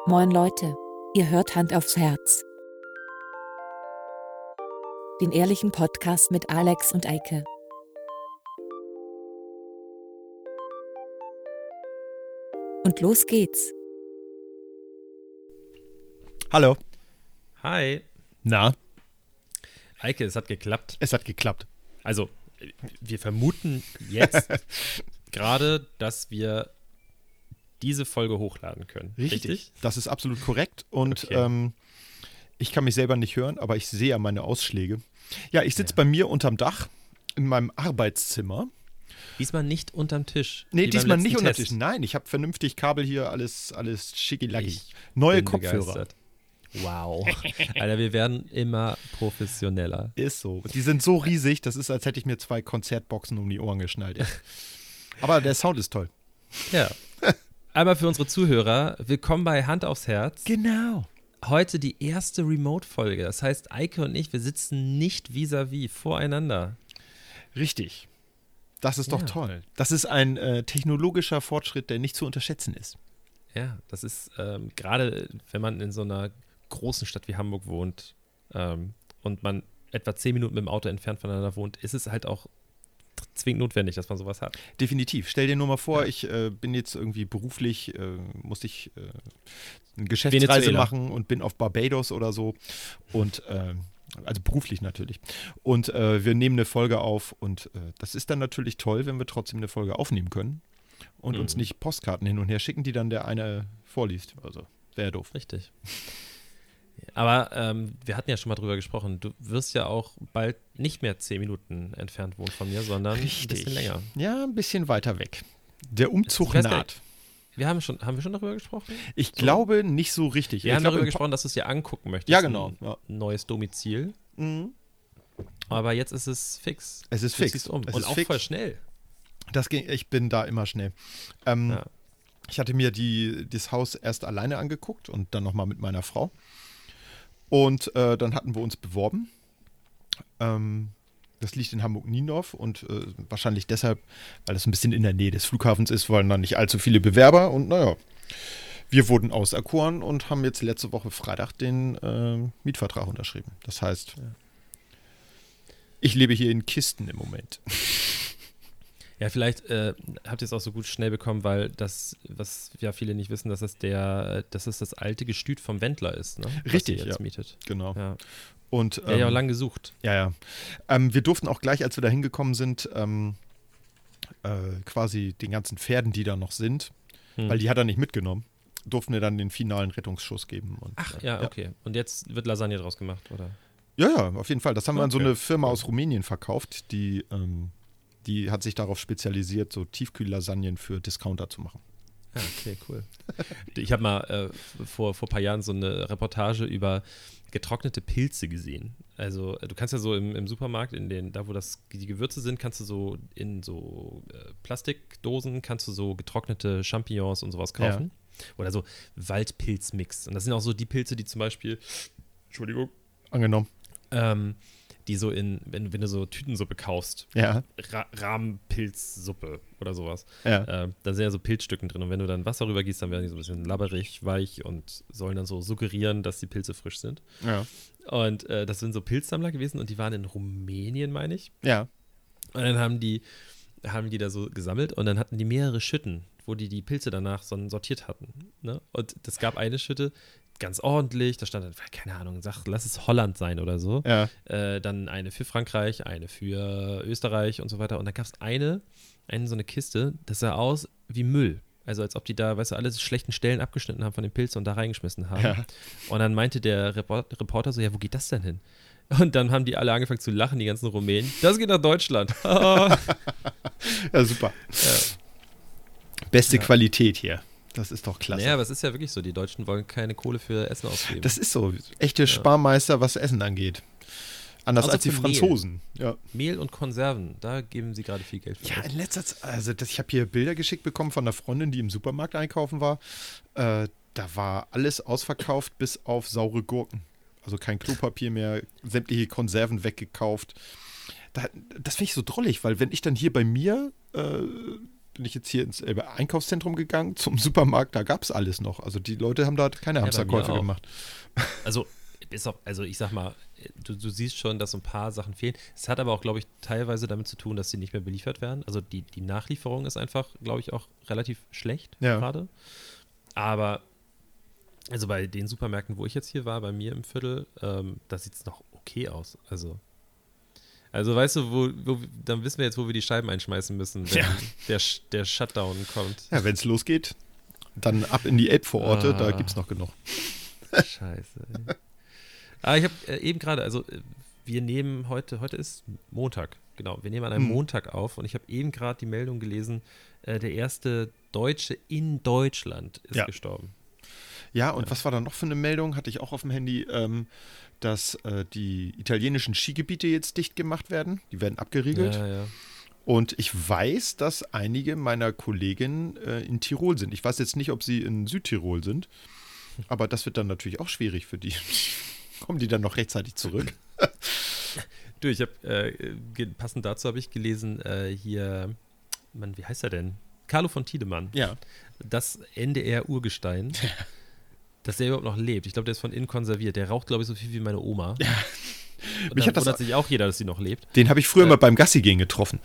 Moin Leute, ihr hört Hand aufs Herz. Den ehrlichen Podcast mit Alex und Eike. Und los geht's. Hallo. Hi. Na? Eike, es hat geklappt. Es hat geklappt. Also, wir vermuten jetzt gerade, dass wir diese Folge hochladen können. Richtig? Das ist absolut korrekt. Und Okay. ich kann mich selber nicht hören, aber ich sehe ja meine Ausschläge. Ja, ich sitze bei mir unterm Dach in meinem Arbeitszimmer. Diesmal nicht unterm Tisch. Nee, wie beim diesmal letzten nicht unterm Test. Tisch. Nein, ich habe vernünftig Kabel hier, alles schickilacki. Ich Neue bin Kopfhörer. begeistert. Wow. Alter, wir werden immer professioneller. Ist so. Die sind so riesig, das ist, als hätte ich mir 2 Konzertboxen um die Ohren geschnallt. Aber der Sound ist toll. Ja. Einmal für unsere Zuhörer, willkommen bei Hand aufs Herz. Genau. Heute die erste Remote-Folge. Das heißt, Eike und ich, wir sitzen nicht vis-à-vis voreinander. Richtig. Das ist doch Ja. toll. Das ist ein technologischer Fortschritt, der nicht zu unterschätzen ist. Ja, das ist gerade, wenn man in so einer großen Stadt wie Hamburg wohnt und man etwa 10 Minuten mit dem Auto entfernt voneinander wohnt, ist es halt auch zwingend notwendig, dass man sowas hat. Definitiv. Stell dir nur mal vor, Ja. ich bin jetzt irgendwie beruflich, musste ich eine Geschäftsreise Venezuela. machen und bin auf Barbados oder so. Und also beruflich natürlich. Und wir nehmen eine Folge auf und das ist dann natürlich toll, wenn wir trotzdem eine Folge aufnehmen können und uns nicht Postkarten hin und her schicken, die dann der eine vorliest. Also wäre doof. Richtig. Aber wir hatten ja schon mal drüber gesprochen, du wirst ja auch bald nicht mehr 10 Minuten entfernt wohnen von mir, sondern ein bisschen länger. Ja, ein bisschen weiter weg. Der Umzug Ich weiß gar naht. Haben wir schon darüber gesprochen? Ich glaube nicht so richtig. Wir Ich haben glaube, darüber im gesprochen, dass du es dir angucken möchtest. Ja, genau. Ja. Ein neues Domizil. Mhm. Aber jetzt ist es fix. Es ist Du fix. ziehst um. Es Und ist auch fix. voll schnell. Ich bin da immer schnell. Ja. Ich hatte mir das Haus erst alleine angeguckt und dann nochmal mit meiner Frau. Und dann hatten wir uns beworben. Das liegt in Hamburg-Niendorf und wahrscheinlich deshalb, weil das ein bisschen in der Nähe des Flughafens ist, waren da nicht allzu viele Bewerber. Und naja, wir wurden auserkoren und haben jetzt letzte Woche Freitag den Mietvertrag unterschrieben. Das heißt, ich lebe hier in Kisten im Moment. Ja, vielleicht habt ihr es auch so gut schnell bekommen, weil das, was ja viele nicht wissen, dass es das alte Gestüt vom Wendler ist, ne? Was Richtig, ihr jetzt ja. mietet. Genau. Ja. Und, Der ja auch lang gesucht. Ja. Wir durften auch gleich, als wir da hingekommen sind, quasi den ganzen Pferden, die da noch sind, weil die hat er nicht mitgenommen, durften wir dann den finalen Rettungsschuss geben. Und, Ach, ja, okay. Und jetzt wird Lasagne draus gemacht, oder? Ja, auf jeden Fall. Das haben wir an so Okay. eine Firma aus Rumänien verkauft, die hat sich darauf spezialisiert, so Tiefkühllasagnen für Discounter zu machen. Ja, okay, cool. Ich habe mal vor ein paar Jahren so eine Reportage über getrocknete Pilze gesehen. Also du kannst ja so im Supermarkt, da wo die Gewürze sind, kannst du so in so Plastikdosen, kannst du so getrocknete Champignons und sowas kaufen. Oder so Waldpilzmix. Und das sind auch so die Pilze, die zum Beispiel, Entschuldigung, Angenommen. die so wenn du so Tütensuppe kaufst, Ja. Rahmenpilzsuppe oder sowas. Ja. Da sind ja so Pilzstücken drin und wenn du dann Wasser rübergießt, dann werden die so ein bisschen labberig, weich und sollen dann so suggerieren, dass die Pilze frisch sind. Ja. Und das sind so Pilzsammler gewesen und die waren in Rumänien, meine ich. Ja. Und dann haben die da so gesammelt und dann hatten die mehrere Schütten, wo die Pilze danach so sortiert hatten. Ne? Und es gab eine Schütte, ganz ordentlich, da stand dann, keine Ahnung, lass es Holland sein oder so. Ja. Dann eine für Frankreich, eine für Österreich und so weiter. Und dann gab es so eine Kiste, das sah aus wie Müll. Also als ob die da, weißt du, alle schlechten Stellen abgeschnitten haben von den Pilzen und da reingeschmissen haben. Ja. Und dann meinte der Reporter so, ja, wo geht das denn hin? Und dann haben die alle angefangen zu lachen, die ganzen Rumänen. Das geht nach Deutschland. Ja, super. Beste Ja. Qualität hier. Das ist doch klasse. Naja, aber es ist ja wirklich so, die Deutschen wollen keine Kohle für Essen ausgeben. Das ist so. Echte Sparmeister, was Essen angeht. Anders Außer als die für Mehl. Franzosen. Ja. Mehl und Konserven, da geben sie gerade viel Geld für. Ja, aus. in letzter Zeit, also ich habe hier Bilder geschickt bekommen von einer Freundin, die im Supermarkt einkaufen war. Da war alles ausverkauft bis auf saure Gurken. Also kein Klopapier mehr, sämtliche Konserven weggekauft. Das finde ich so drollig, weil wenn ich dann hier bei mir bin ich jetzt hier ins Einkaufszentrum gegangen, zum Supermarkt, da gab es alles noch. Also die Leute haben da keine Hamsterkäufe gemacht. Also ich sag mal, du siehst schon, dass so ein paar Sachen fehlen. Es hat aber auch, glaube ich, teilweise damit zu tun, dass sie nicht mehr beliefert werden. Also die Nachlieferung ist einfach, glaube ich, auch relativ schlecht gerade. Aber also bei den Supermärkten, wo ich jetzt hier war, bei mir im Viertel, da sieht es noch okay aus. Also weißt du, dann wissen wir jetzt, wo wir die Scheiben einschmeißen müssen, wenn der Shutdown kommt. Ja, wenn es losgeht, dann ab in die Elbvororte, da gibt es noch genug. Scheiße. Ich habe eben gerade, also wir nehmen heute ist Montag, genau, wir nehmen an einem Montag auf und ich habe eben gerade die Meldung gelesen, der erste Deutsche in Deutschland ist gestorben. Ja, und was war da noch für eine Meldung? Hatte ich auch auf dem Handy, dass die italienischen Skigebiete jetzt dicht gemacht werden. Die werden abgeriegelt. Ja. Und ich weiß, dass einige meiner Kolleginnen in Tirol sind. Ich weiß jetzt nicht, ob sie in Südtirol sind, aber das wird dann natürlich auch schwierig für die. Kommen die dann noch rechtzeitig zurück? Du, ich habe, passend dazu habe ich gelesen, hier, wie heißt er denn? Carlo von Tiedemann. Ja. Das NDR-Urgestein. Dass der überhaupt noch lebt. Ich glaube, der ist von innen konserviert. Der raucht, glaube ich, so viel wie meine Oma. Ja. Und mich dann wundert sich auch jeder, dass sie noch lebt. Den habe ich früher mal beim Gassi-Gehen getroffen.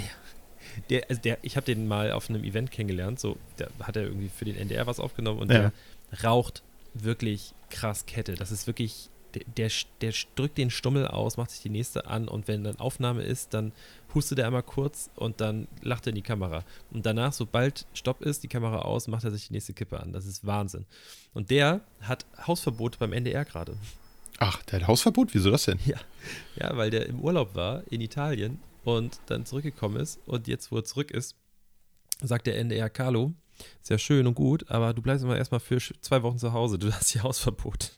Ja. Ich habe den mal auf einem Event kennengelernt. So, da hat er irgendwie für den NDR was aufgenommen und der raucht wirklich krass Kette. Das ist wirklich, der drückt den Stummel aus, macht sich die nächste an und wenn dann Aufnahme ist, dann hustet er einmal kurz und dann lacht er in die Kamera. Und danach, sobald Stopp ist, die Kamera aus, macht er sich die nächste Kippe an. Das ist Wahnsinn. Und der hat Hausverbot beim NDR gerade. Ach, der hat Hausverbot? Wieso das denn? Ja, weil der im Urlaub war in Italien und dann zurückgekommen ist. Und jetzt, wo er zurück ist, sagt der NDR, Carlo, sehr schön und gut, aber du bleibst immer erstmal für 2 Wochen zu Hause. Du hast hier Hausverbot.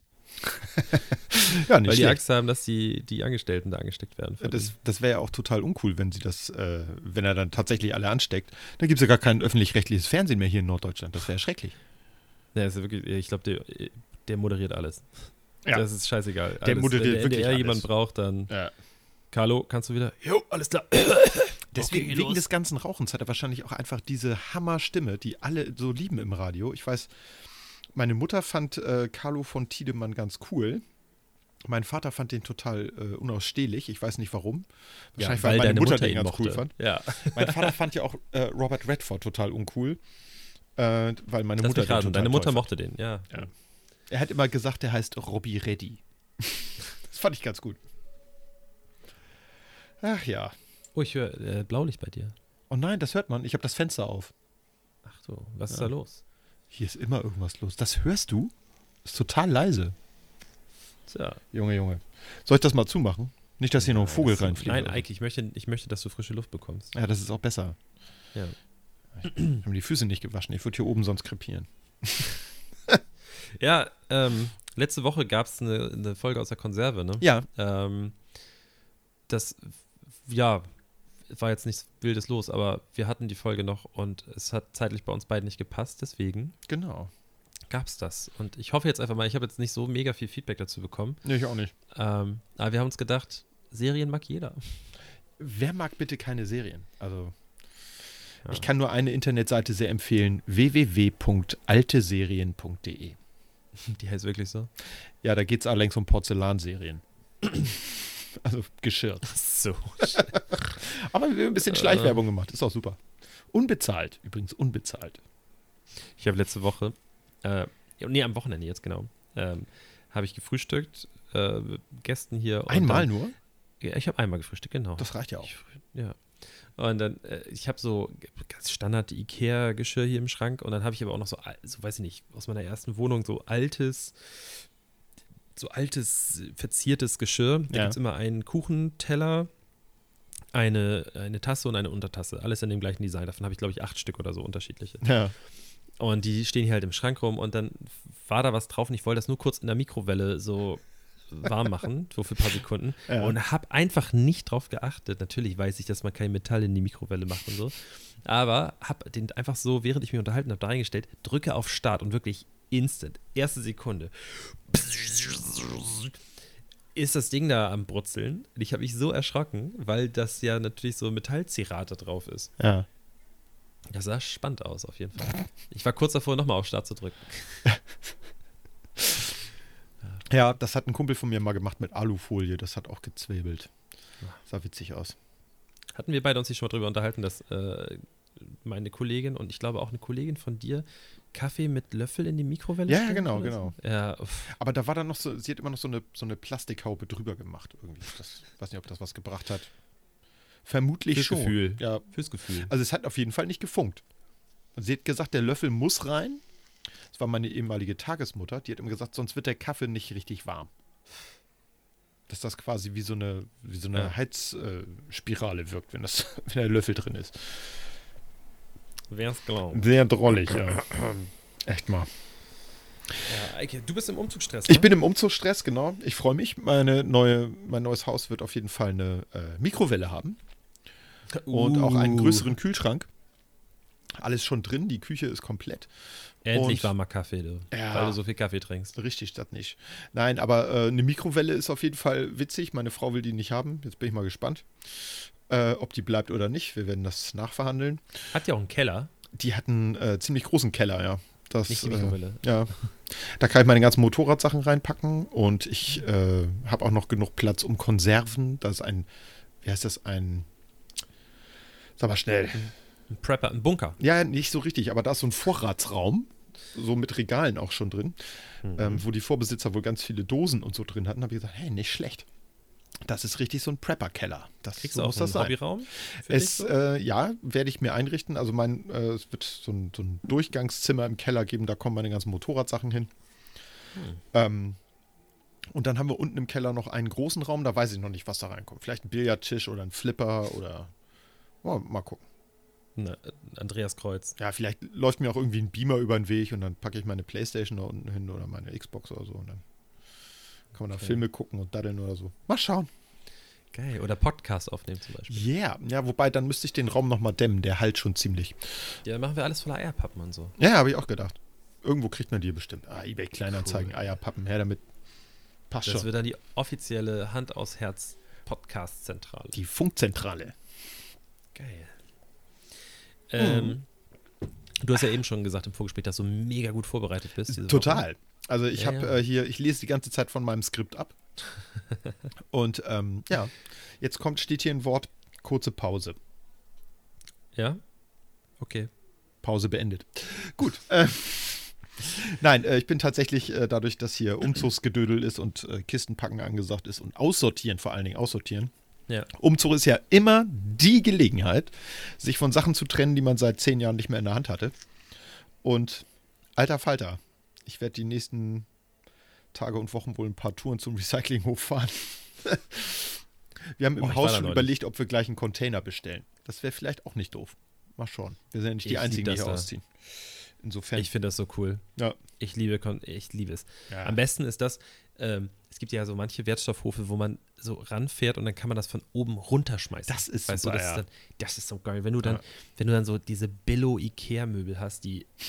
Ja, nicht weil die schlecht. Angst haben, dass die Angestellten da angesteckt werden. Das wäre ja auch total uncool, wenn sie das, wenn er dann tatsächlich alle ansteckt. Dann gibt es ja gar kein öffentlich-rechtliches Fernsehen mehr hier in Norddeutschland. Das wäre ja schrecklich. Ja, ist wirklich, ich glaube, der moderiert alles. Ja. Das ist scheißegal. Der moderiert wenn der wirklich NDR alles. jemand braucht, dann Carlo, kannst du wieder? Jo, alles klar. Deswegen, Okay, wegen los. des ganzen Rauchens hat er wahrscheinlich auch einfach diese Hammerstimme, die alle so lieben im Radio. Ich weiß, meine Mutter fand Carlo von Tiedemann ganz cool. Mein Vater fand den total unausstehlich. Ich weiß nicht warum. Wahrscheinlich, weil meine Mutter den ganz cool fand. Ja. Mein Vater fand ja auch Robert Redford total uncool. Weil meine Mutter den total Deine Mutter toll mochte den, ja. Er hat immer gesagt, der heißt Robbie Reddy. Das fand ich ganz gut. Ach ja. Oh, ich höre Blaulicht bei dir. Oh nein, das hört man. Ich habe das Fenster auf. Ach so, was ist da los? Hier ist immer irgendwas los. Das hörst du? Ist total leise. Tja. Junge. Soll ich das mal zumachen? Nicht, dass hier noch ein Vogel reinfliegt. Nein, Eike, ich möchte, dass du frische Luft bekommst. Ja, das ist auch besser. Ja. Ich habe die Füße nicht gewaschen. Ich würde hier oben sonst krepieren. Ja, letzte Woche gab es eine Folge aus der Konserve, ne? Ja. Das, ja, war jetzt nichts Wildes los, aber wir hatten die Folge noch und es hat zeitlich bei uns beiden nicht gepasst, deswegen Genau. gab es das. Und ich hoffe jetzt einfach mal, ich habe jetzt nicht so mega viel Feedback dazu bekommen. Nee, ich auch nicht. Aber wir haben uns gedacht, Serien mag jeder. Wer mag bitte keine Serien? Also, Ja. ich kann nur eine Internetseite sehr empfehlen: www.alteserien.de. Die heißt wirklich so? Ja, da geht es allerdings um Porzellanserien. Also Geschirr. So. Aber wir haben ein bisschen Schleichwerbung gemacht. Ist auch super. Unbezahlt. Übrigens unbezahlt. Ich habe letzte Woche, am Wochenende jetzt genau, habe ich gefrühstückt, mit Gästen hier. Und Einmal dann, nur? Ja, ich habe einmal gefrühstückt, genau. Das reicht ja auch. Ja. Und dann, ich habe so ganz Standard Ikea-Geschirr hier im Schrank und dann habe ich aber auch noch so, weiß ich nicht, aus meiner ersten Wohnung so altes, verziertes Geschirr. Da gibt es immer einen Kuchenteller, eine Tasse und eine Untertasse. Alles in dem gleichen Design. Davon habe ich, glaube ich, 8 Stück oder so unterschiedliche. Ja. Und die stehen hier halt im Schrank rum und dann war da was drauf und ich wollte das nur kurz in der Mikrowelle so warm machen, so für ein paar Sekunden. Ja. Und habe einfach nicht drauf geachtet. Natürlich weiß ich, dass man kein Metall in die Mikrowelle macht und so. Aber habe den einfach so, während ich mich unterhalten habe, da reingestellt, drücke auf Start und wirklich instant, erste Sekunde, ist das Ding da am Brutzeln. Ich habe mich so erschrocken, weil das ja natürlich so Metallzerate drauf ist. Ja. Das sah spannend aus, auf jeden Fall. Ich war kurz davor, nochmal auf Start zu drücken. Ja, das hat ein Kumpel von mir mal gemacht mit Alufolie. Das hat auch gezwiebelt. Sah witzig aus. Hatten wir beide uns nicht schon mal drüber unterhalten, dass meine Kollegin und ich glaube auch eine Kollegin von dir Kaffee mit Löffel in die Mikrowelle Ja, stellen genau, oder so? genau. Ja, uff. Aber da war dann noch so, sie hat immer noch so eine Plastikhaube drüber gemacht irgendwie. Das weiß nicht, ob das was gebracht hat. Vermutlich Fürs schon. Gefühl. Ja. Fürs Gefühl. Also es hat auf jeden Fall nicht gefunkt. Und sie hat gesagt, der Löffel muss rein. Das war meine ehemalige Tagesmutter. Die hat immer gesagt, sonst wird der Kaffee nicht richtig warm. Dass das quasi wie so eine Ja. Heizspirale wirkt, wenn der Löffel drin ist. Wer es glaubt. Sehr drollig, ja. Echt mal. Ja, Eike, du bist im Umzugsstress, Ich bin im Umzugsstress, genau. Ich freue mich. Mein neues Haus wird auf jeden Fall eine Mikrowelle haben. Und auch einen größeren Kühlschrank. Alles schon drin, die Küche ist komplett. Endlich Und- warmer Kaffee, du. Ja. Weil du so viel Kaffee trinkst. Richtig, das nicht. Nein, aber eine Mikrowelle ist auf jeden Fall witzig. Meine Frau will die nicht haben. Jetzt bin ich mal gespannt, ob die bleibt oder nicht. Wir werden das nachverhandeln. Hat ja auch einen Keller, Die hat einen ziemlich großen Keller, ja. Das, nicht die Mikrowelle. ja. Da kann ich meine ganzen Motorradsachen reinpacken und ich habe auch noch genug Platz um Konserven. Das ist wie heißt das, sag mal schnell. Ein Prepper, ein Bunker. Ja, nicht so richtig, aber da ist so ein Vorratsraum, so mit Regalen auch schon drin, wo die Vorbesitzer wohl ganz viele Dosen und so drin hatten. Habe ich gesagt, hey, nicht schlecht. Das ist richtig so ein Prepper-Keller. Kriegst So du auch muss einen das sein. Hobbyraum? für dich so? Ja, werde ich mir einrichten. Also es wird so ein Durchgangszimmer im Keller geben, da kommen meine ganzen Motorradsachen hin. Und dann haben wir unten im Keller noch einen großen Raum, da weiß ich noch nicht, was da reinkommt. Vielleicht ein Billardtisch oder ein Flipper oder mal gucken. Na, Andreas Kreuz. Ja, vielleicht läuft mir auch irgendwie ein Beamer über den Weg und dann packe ich meine Playstation da unten hin oder meine Xbox oder so. Und dann kann man da Okay. Filme gucken und daddeln oder so. Mal schauen. Geil. Oder Podcast aufnehmen zum Beispiel. Yeah. Ja, wobei, dann müsste ich den Raum nochmal dämmen. Der halt schon ziemlich. Ja, dann machen wir alles voller Eierpappen und so. Ja, habe ich auch gedacht. Irgendwo kriegt man die bestimmt. eBay Kleinanzeigen, Cool. Eierpappen, her damit. Passt Das schon. wird dann die offizielle Hand aus Herz Podcast-Zentrale. Die Funkzentrale. Geil. Du hast ja eben schon gesagt im Vorgespräch, dass du mega gut vorbereitet bist. Diese Woche. Total. Also ich Ja, habe ja. hier, ich lese die ganze Zeit von meinem Skript ab. Und ja, jetzt steht hier ein Wort, kurze Pause. Ja? Okay. Pause beendet. Gut. Nein, ich bin tatsächlich, dadurch, dass hier Umzugsgedödel ist und Kistenpacken angesagt ist und aussortieren, vor allen Dingen aussortieren. Ja. Umzug ist ja immer die Gelegenheit, sich von Sachen zu trennen, die man seit 10 Jahren nicht mehr in der Hand hatte. Und alter Falter, ich werde die nächsten Tage und Wochen wohl ein paar Touren zum Recyclinghof fahren. Wir haben Oh, im ich Haus war da schon neulich. überlegt, ob wir gleich einen Container bestellen. Das wäre vielleicht auch nicht doof. Mal schauen. Wir sind ja nicht die Ich lieb Einzigen, die das hier da. ausziehen. Insofern. Ich finde das so cool. Ja. Ich liebe es. Ja. Am besten ist das, es gibt ja so manche Wertstoffhofe, wo man so ranfährt und dann kann man das von oben runterschmeißen. Das ist weißt super, du, ja. das ist so geil. Wenn du dann so diese Billo-Ikea-Möbel hast,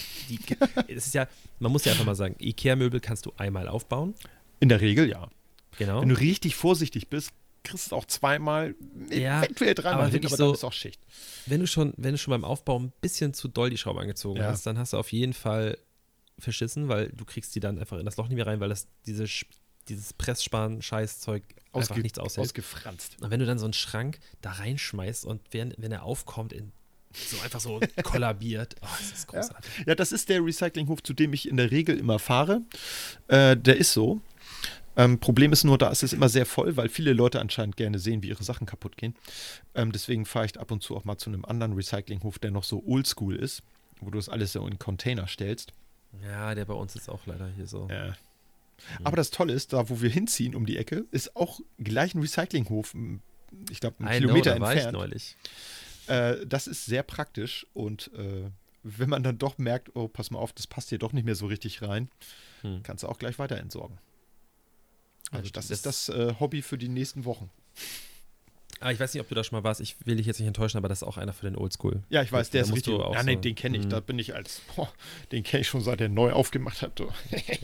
es ist ja, man muss ja einfach mal sagen, Ikea-Möbel kannst du einmal aufbauen. In der Regel ja. Genau. Wenn du richtig vorsichtig bist, kriegst du es auch zweimal, Ja, eventuell dreimal aber hin, wirklich aber dann so- ist auch Schicht. Wenn du schon beim Aufbau ein bisschen zu doll die Schrauben angezogen Ja. hast, dann hast du auf jeden Fall verschissen, weil du kriegst die dann einfach in das Loch nicht mehr rein, weil dieses Pressspan-Scheißzeug einfach nichts aushält. Ausgefranst. Und wenn du dann so einen Schrank da reinschmeißt und wenn er aufkommt, so einfach so kollabiert, das ist großartig. Ja, das ist der Recyclinghof, zu dem ich in der Regel immer fahre. Der ist so. Problem ist nur, da ist es immer sehr voll, weil viele Leute anscheinend gerne sehen, wie ihre Sachen kaputt gehen. Deswegen fahre ich ab und zu auch mal zu einem anderen Recyclinghof, der noch so oldschool ist, wo du das alles so in Container stellst. Ja, der bei uns ist auch leider hier so. Ja. Aber das Tolle ist, da wo wir hinziehen um die Ecke, ist auch gleich ein Recyclinghof, ich glaube, einen Kilometer da war ich entfernt. neulich. Das ist sehr praktisch und wenn man dann doch merkt, oh, pass mal auf, das passt hier doch nicht mehr so richtig rein, kannst du auch gleich weiter entsorgen. Also das ist das Hobby für die nächsten Wochen. Ich weiß nicht, ob du da schon mal warst. Ich will dich jetzt nicht enttäuschen, aber das ist auch einer für den Oldschool. Ja, ich weiß, der Da ist musst richtig. du auch Ja, nee, so- den kenne ich. Mhm. Da bin ich den kenne ich schon seit er neu aufgemacht hat. Du.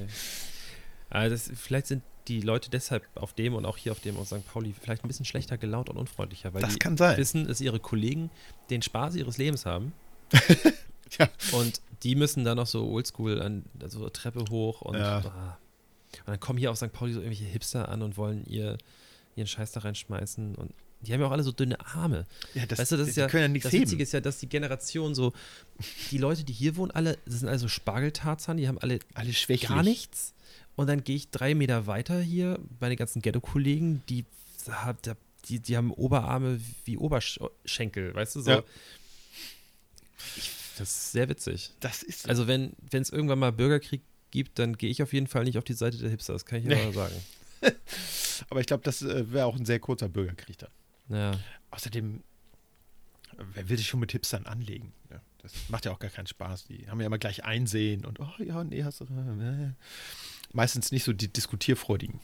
Vielleicht sind die Leute deshalb auf dem und auch hier auf dem aus St. Pauli vielleicht ein bisschen schlechter gelaunt und unfreundlicher, weil Das die kann sein. wissen, dass ihre Kollegen den Spaß ihres Lebens haben Ja. Und die müssen dann noch so oldschool also Treppe hoch und dann kommen hier auf St. Pauli so irgendwelche Hipster an und wollen ihren Scheiß da reinschmeißen und die haben ja auch alle so dünne Arme. Ja, Weißt du, das ist die ja, können ja nichts das heben. Witzige ist ja, dass die Generation so, die Leute, die hier wohnen, das sind alle so Spargeltarzan, die haben alle schwächlich. gar nichts. Und dann gehe ich 3 Meter weiter hier, meine ganzen Ghetto-Kollegen, die haben Oberarme wie Oberschenkel, weißt du, so. Ja. Das ist sehr witzig. Das ist Also wenn es irgendwann mal Bürgerkrieg gibt, dann gehe ich auf jeden Fall nicht auf die Seite der Hipster, das kann ich dir mal sagen. Aber ich glaube, das wäre auch ein sehr kurzer Bürgerkrieg dann. Ja. Außerdem, wer will sich schon mit Hipstern anlegen? Ja, das macht ja auch gar keinen Spaß. Die haben ja immer gleich Einsehen und hast du. Meistens nicht so die Diskutierfreudigen.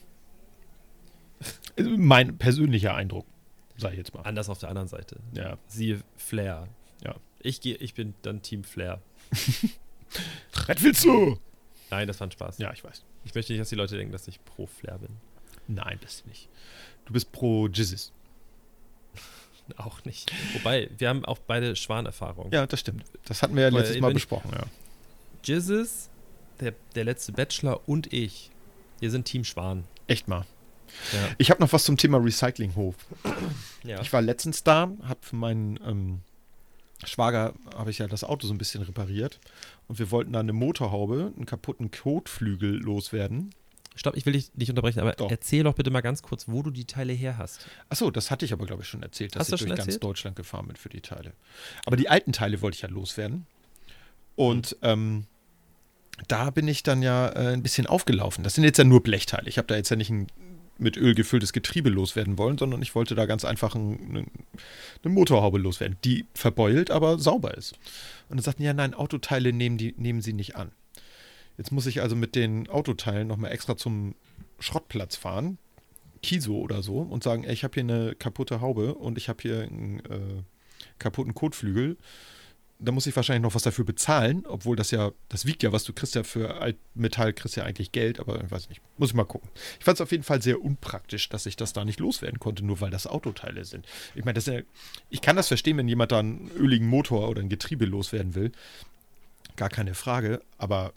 Mein persönlicher Eindruck, sag ich jetzt mal. Anders auf der anderen Seite. Ja. Siehe Flair. Ja. Ich bin dann Team Flair. Was willst du? Nein, das war ein Spaß. Ja, ich weiß. Ich möchte nicht, dass die Leute denken, dass ich pro Flair bin. Nein, bist du nicht. Du bist pro Jizzes. Auch nicht. Wobei, wir haben auch beide Schwan-Erfahrungen. Ja, das stimmt. Das hatten wir ja letztes Mal besprochen, ja. Jizzes, der letzte Bachelor und ich, wir sind Team Schwan. Echt mal. Ja. Ich habe noch was zum Thema Recyclinghof. Ja. Ich war letztens da, habe für meinen Schwager habe ich ja das Auto so ein bisschen repariert und wir wollten da eine Motorhaube, einen kaputten Kotflügel loswerden. Stopp, ich will dich nicht unterbrechen, aber Doch. erzähl doch bitte mal ganz kurz, wo du die Teile her hast. Achso, das hatte ich aber, glaube ich, schon erzählt, dass Hast du ich schon durch ganz erzählt? Deutschland gefahren bin für die Teile. Aber die alten Teile wollte ich ja loswerden. Und da bin ich dann ja ein bisschen aufgelaufen. Das sind jetzt ja nur Blechteile. Ich habe da jetzt ja nicht ein mit Öl gefülltes Getriebe loswerden wollen, sondern ich wollte da ganz einfach eine Motorhaube loswerden, die verbeult, aber sauber ist. Und dann sagten die, ja, nein, Autoteile nehmen sie nicht an. Jetzt muss ich also mit den Autoteilen nochmal extra zum Schrottplatz fahren, Kiso oder so, und sagen, ey, ich habe hier eine kaputte Haube und ich habe hier einen kaputten Kotflügel. Da muss ich wahrscheinlich noch was dafür bezahlen, obwohl das wiegt ja was, du kriegst ja für Altmetall, kriegst ja eigentlich Geld, aber ich weiß nicht, muss ich mal gucken. Ich fand es auf jeden Fall sehr unpraktisch, dass ich das da nicht loswerden konnte, nur weil das Autoteile sind. Ich meine, ich kann das verstehen, wenn jemand da einen öligen Motor oder ein Getriebe loswerden will, gar keine Frage, aber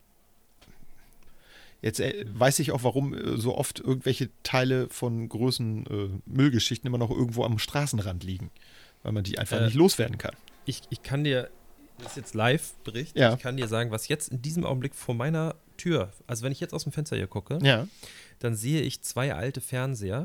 jetzt weiß ich auch, warum so oft irgendwelche Teile von großen Müllgeschichten immer noch irgendwo am Straßenrand liegen, weil man die einfach nicht loswerden kann. Ich kann dir, das ist jetzt Live-Bericht, Ja. ich kann dir sagen, was jetzt in diesem Augenblick vor meiner Tür, also wenn ich jetzt aus dem Fenster hier gucke, Ja. dann sehe ich 2 alte Fernseher,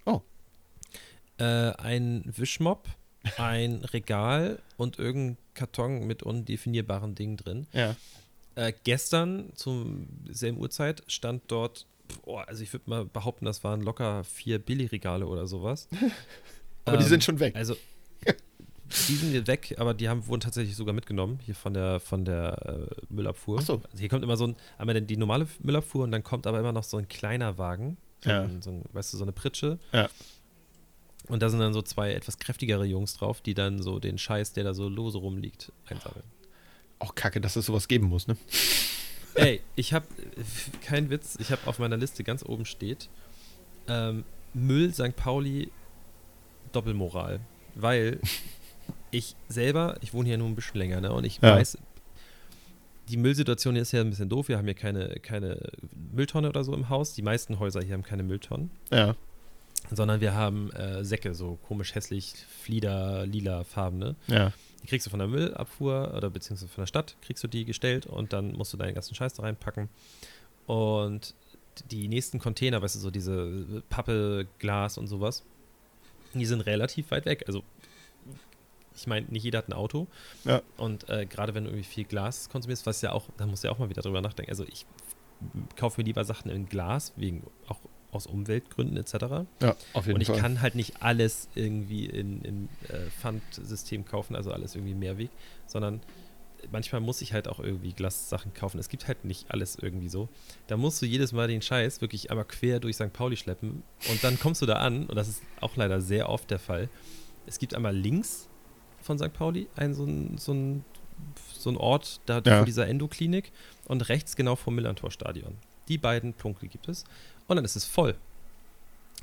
ein Wischmopp, ein Regal und irgendein Karton mit undefinierbaren Dingen drin. Ja. Gestern zum selben Uhrzeit stand dort, also ich würde mal behaupten, das waren locker 4 Billigregale oder sowas. Aber die sind schon weg. Also die sind jetzt weg, aber wurden tatsächlich sogar mitgenommen, hier von der Müllabfuhr. Ach so. Also hier kommt immer einmal die normale Müllabfuhr und dann kommt aber immer noch so ein kleiner Wagen, weißt du, so eine Pritsche. Ja. Und da sind dann so 2 etwas kräftigere Jungs drauf, die dann so den Scheiß, der da so lose rumliegt, einsammeln. Auch kacke, dass es sowas geben muss, ne? Ey, ich habe, kein Witz, ich habe auf meiner Liste ganz oben steht, Müll St. Pauli Doppelmoral, weil ich wohne hier nur ein bisschen länger, ne, und ich weiß, die Müllsituation hier ist ja ein bisschen doof, wir haben hier keine Mülltonne oder so im Haus, die meisten Häuser hier haben keine Mülltonnen, sondern wir haben Säcke, so komisch hässlich, lila farbene. Ja. Die kriegst du von der Müllabfuhr oder beziehungsweise von der Stadt, kriegst du die gestellt und dann musst du deinen ganzen Scheiß da reinpacken. Und die nächsten Container, weißt du, so diese Pappe, Glas und sowas, die sind relativ weit weg. Also, ich meine, nicht jeder hat ein Auto. Ja. Und gerade wenn du irgendwie viel Glas konsumierst, was ja auch, da musst du ja auch mal wieder drüber nachdenken. Also, ich kaufe mir lieber Sachen in Glas, auch aus Umweltgründen etc. Ja, auf jeden Und ich Fall. kann halt nicht alles irgendwie in Pfandsystem kaufen, also alles irgendwie Mehrweg, sondern manchmal muss ich halt auch irgendwie Glassachen kaufen. Es gibt halt nicht alles irgendwie so. Da musst du jedes Mal den Scheiß wirklich einmal quer durch St. Pauli schleppen und dann kommst du da an, und das ist auch leider sehr oft der Fall. Es gibt einmal links von St. Pauli so ein Ort, da vor dieser Endoklinik, und rechts genau vom Millantor-Stadion. Die beiden Punkte gibt es. Und dann ist es voll.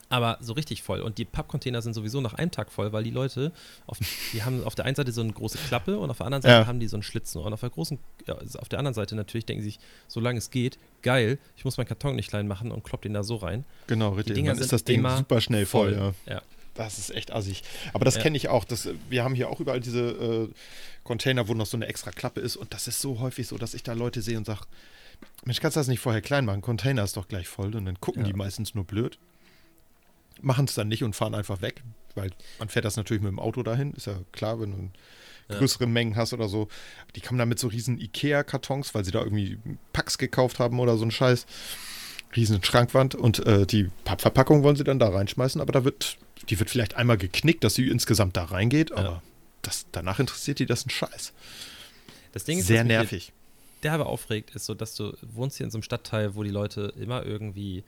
Aber so richtig voll. Und die Pappcontainer sind sowieso nach einem Tag voll, weil die Leute, die haben auf der einen Seite so eine große Klappe und auf der anderen Seite haben die so einen Schlitzen. Und auf der anderen Seite natürlich denken sie sich, solange es geht, geil, ich muss meinen Karton nicht klein machen und klopp den da so rein. Genau, richtig. Dann ist das Ding super schnell voll. Ja. Das ist echt assig. Aber das kenne ich auch. Wir haben hier auch überall diese Container, wo noch so eine extra Klappe ist. Und das ist so häufig so, dass ich da Leute sehe und sage, Mensch, kannst du das nicht vorher klein machen? Container ist doch gleich voll. Und dann gucken die meistens nur blöd. Machen es dann nicht und fahren einfach weg, weil man fährt das natürlich mit dem Auto dahin, ist ja klar, wenn du größere Mengen hast oder so. Die kommen dann mit so riesen Ikea-Kartons, weil sie da irgendwie Packs gekauft haben oder so ein Scheiß. Riesen Schrankwand und die Pappverpackung wollen sie dann da reinschmeißen, aber die wird vielleicht einmal geknickt, dass sie insgesamt da reingeht, aber danach interessiert die das ein Scheiß. Das Ding ist, sehr nervig. Derbe aufregt, ist so, dass du wohnst hier in so einem Stadtteil, wo die Leute immer irgendwie.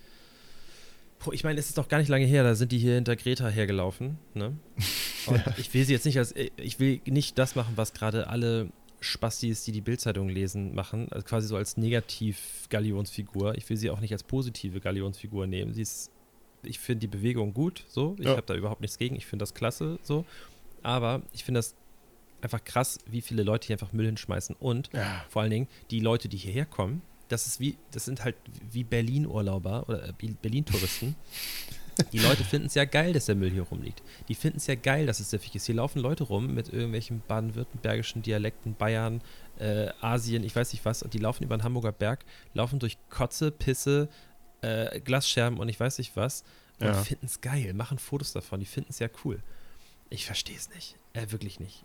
Ich meine, es ist doch gar nicht lange her, da sind die hier hinter Greta hergelaufen, ne? Und ich will sie jetzt nicht ich will nicht das machen, was gerade alle Spastis, die Bild-Zeitung lesen, machen, also quasi so als Negativ-Galionsfigur. Ich will sie auch nicht als positive Galionsfigur nehmen. Ich finde die Bewegung gut, so. Ich habe da überhaupt nichts gegen. Ich finde das klasse, so. Aber ich finde das einfach krass, wie viele Leute hier einfach Müll hinschmeißen. Und vor allen Dingen die Leute, die hierher kommen, das sind halt wie Berlin-Urlauber oder Berlin-Touristen. Die Leute finden es ja geil, dass der Müll hier rumliegt. Die finden es ja geil, dass es siffig ist. Hier laufen Leute rum mit irgendwelchen baden-württembergischen Dialekten, Bayern, Asien, ich weiß nicht was, und die laufen über den Hamburger Berg, laufen durch Kotze, Pisse, Glasscherben und ich weiß nicht was und finden es geil, machen Fotos davon, die finden es ja cool. Ich verstehe es nicht. Wirklich nicht.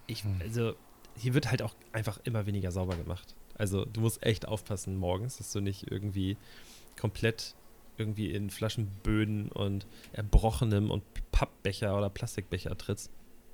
Also, hier wird halt auch einfach immer weniger sauber gemacht. Also, du musst echt aufpassen morgens, dass du nicht irgendwie komplett irgendwie in Flaschenböden und Erbrochenem und Pappbecher oder Plastikbecher trittst.